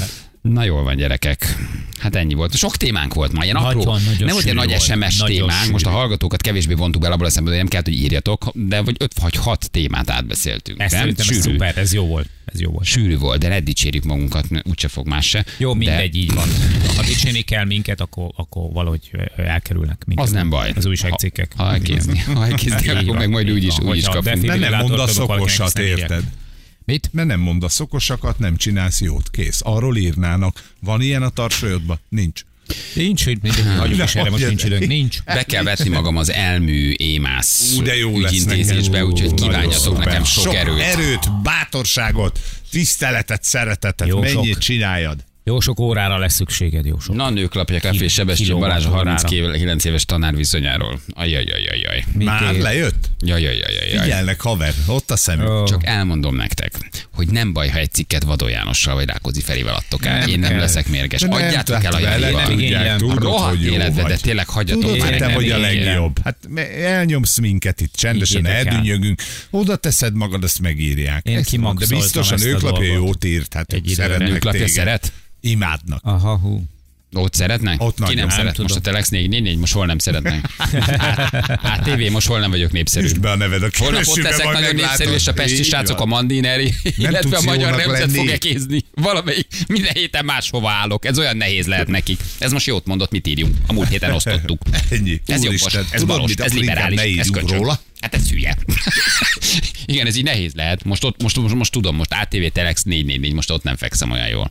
Na jól van, gyerekek. Hát ennyi volt. Sok témánk volt ma, ilyen Nagyon, apró. nagyon Nem volt ilyen sűrű nagy es em es volt. Nagyon témánk. Most a sűrű. hallgatókat kevésbé vontuk be abból a szempontból, hogy nem kellett, hogy írjatok, de vagy öt vagy hat témát átbeszéltünk. Ez nem? szerintem ez Sűrű. szuper, ez jó volt. Ez jó volt. Sűrű volt, de ne dicsérjük magunkat, úgyse fog más se. Jó, mindegy, de így van. Ha dicsérni kell minket, akkor, akkor valahogy elkerülnek minket. az nem baj. Az újságcikkek. Ha, ha elkezdi, ha elkezdi, Így akkor van, meg majd így úgy is, van. úgy is Hogyha kapunk. definitív- De nem mondasz Látogatók valakinek okosat, ezt nem írják. érted? Mit? Mert nem mondasz okosakat, nem csinálsz jót. Kész. Arról írnának. Van ilyen a tarsolyodban? Nincs. Nincs, hogy mindegy, hagyjuk is erre, most nincs időnk. Nincs. Be kell vetni magam az elmű émász Ú, de jó lesz ügyintézésbe, nekem. úgyhogy Ú, kívánjatok nagyon nekem szuper. sok erőt. erőt, bátorságot, tiszteletet, szeretetet, Jó mennyit sok. csináljad. Jó sok órára lesz szükséged, jó sok. Na, nőklapja, Kafé Sebestyén kilóval Balázs a órára. harminckilenc éves tanár viszonyáról. Ajajajajaj. Már Miké- lejött? Jajajajajaj. Figyelnek, haver, ott a szemük. Ó. Csak elmondom nektek, hogy nem baj, ha egy cikket Vadó Jánossal vagy Rákóczi Ferével adtok el. Nem Én nem kell. leszek mérges. De nem, Adjátok el a tehát vele Janival. nem Igénylem. tudják, A tudod, rohadt hogy jó életbe, de vagy. tényleg hagyjatok Tudod, már hogy te engem. vagy a igénylem. legjobb. Hát me- elnyomsz minket itt, csendesen Higgyétek el. eldünnyögünk, oda teszed magad, azt megírják. Én Ezt van, de kimaxoltam biztosan ezt a nőklapja dolgot. jót írt, hát Egy időre. szeretnek Nőklapja téged. szeret? Imádnak. Aha, hú. Ott szeretnek? Ott Ki nagyon. nem Nem szeret? tudom. Most a Telex négy négy négy, most hol nem szeretnek? Hát té vé, most hol nem vagyok népszerű. Üsd be a neved a Holnap ott keresőbe, leszek majd nagyon meglátod. népszerű, és a pesti Így srácok a van. Mandineri, illetve a tudsz magyar jónak nemzet lenni. fogja kézni. Valamelyik minden héten máshova állok. Ez olyan nehéz lehet nekik. Ez most jót mondott, mit írjunk. A múlt héten osztottuk. Ennyi. Ez jobbos, Úristen, ez tudod, balos, mit, ez akkor inkább liberális, ne ez írjunk köcsög. róla. Hát ez hülye. Igen, ez így nehéz lehet. Most, ott, most, most, most tudom, most á té vé Telex négy négy négy, most ott nem fekszem olyan jól.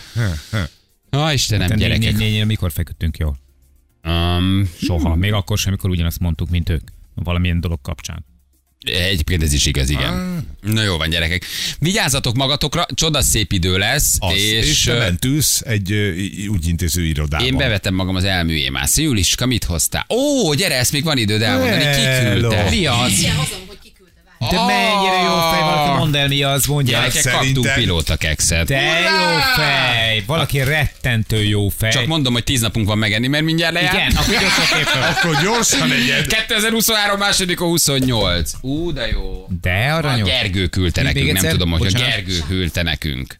Ó, Istenem, Te négy, négy, gyerekek. négy, mikor feküdtünk jól? Um, Soha. Még akkor sem, amikor ugyanazt mondtuk, mint ők. Valamilyen dolog kapcsán. Egyébként ez is igaz, igen. Na jó van, gyerekek. Vigyázzatok magatokra, csodaszép idő lesz, Az, és, és, te ö, bent ülsz egy ö, ügyintéző irodában. én bevetem magam az elműémász. Juliska, mit hoztál? Ó, gyere, ezt még van időd elmondani. Ki Hello. küldte? Mi az? De mennyire jó fej, valaki mondd el, mi az, mondja. Gyerekek, Szerintem- kaptunk pilóta kekszet. De jó fej! Valaki rettentő jó fej. Csak mondom, hogy tíz napunk van megenni, mert mindjárt lejár. Igen, akkor gyorsan éppen. Akkor gyorsan egyed. kétezer-huszonhárom második a huszonnyolc. Ú, de jó. De A aranyos. Gergő küldte Még nekünk, nem egyszer? tudom, hogy a Bocsánat. Gergő küldte nekünk.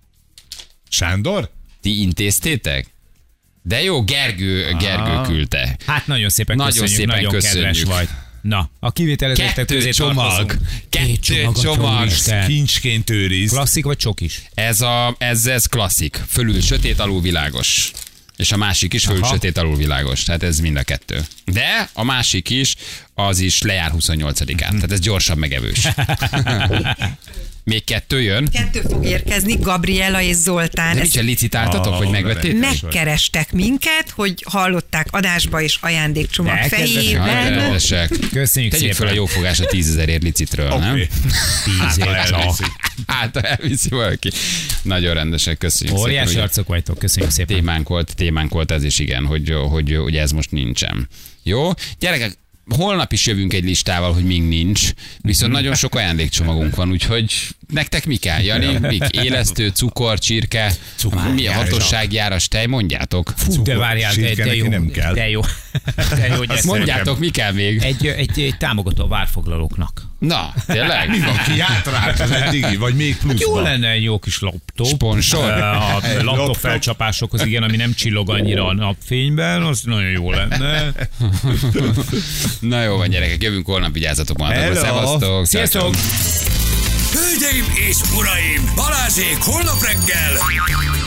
Sándor? Ti intéztétek? De jó, Gergő, Gergő küldte. Hát nagyon szépen Nagyon köszönjük, szépen nagyon köszönjük. kedves vagy. Na, a kivételezettek Kettő közé csomag. tartozunk. Kettő csomag, csomag. Atya Úristen. Kincsként őriz. Klasszik vagy csokis? Ez, a, ez, ez klasszik. Fölül sötét, alul világos. És a másik is fölül Aha. sötét, alul világos. Tehát ez mind a kettő. De a másik is, az is lejár huszonnyolcadikán. Tehát ez gyorsabb megevős. Még kettő jön? Kettő fog érkezni, Gabriela és Zoltán. De Ez mit sem licitáltatok, Ah, hogy megvettétek? megkerestek minket, hogy hallották adásba és ajándékcsomag De kedves, Jaj, fejében. kedvesek. Köszönjük Tegyük szépen. fel a jófogás a tízezerért licitről, nem? Oké. Tíz év Hát, csak. elviszi. Hát, ha elviszi valaki. Nagyon rendesek, köszönjük Óriási szépen. arcok vagytok, köszönjük szépen. Témánk volt, témánk volt ez is, igen, hogy, hogy, hogy ez most nincsen. Jó? Gyerekek, holnap is jövünk egy listával, hogy még nincs, viszont nagyon sok ajándékcsomagunk van, úgyhogy nektek mi kell, Jani? Mik? Élesztő, cukor, csirke, mi a hatóságjáras tej? Mondjátok. Fú, de várjál, de, Csirke de neki jó, nem kell. de jó. De jó, hogy ezt Mondjátok, mi kell még? egy, egy, egy támogató a várfoglalóknak. Na, tényleg? Mi van, ki átrált az eddigi, vagy még Jó pluszban? lenne egy jó kis laptop. Sponsor? A Egy laptop laptop. felcsapásokhoz, igen, ami nem csillog annyira a napfényben, az nagyon jó lenne. Na jó van, gyerekek, jövünk holnap, vigyázzatok magatokra. Hello. Szevasztok! Sziasztok! Hölgyeim és uraim, Balázsék holnap reggel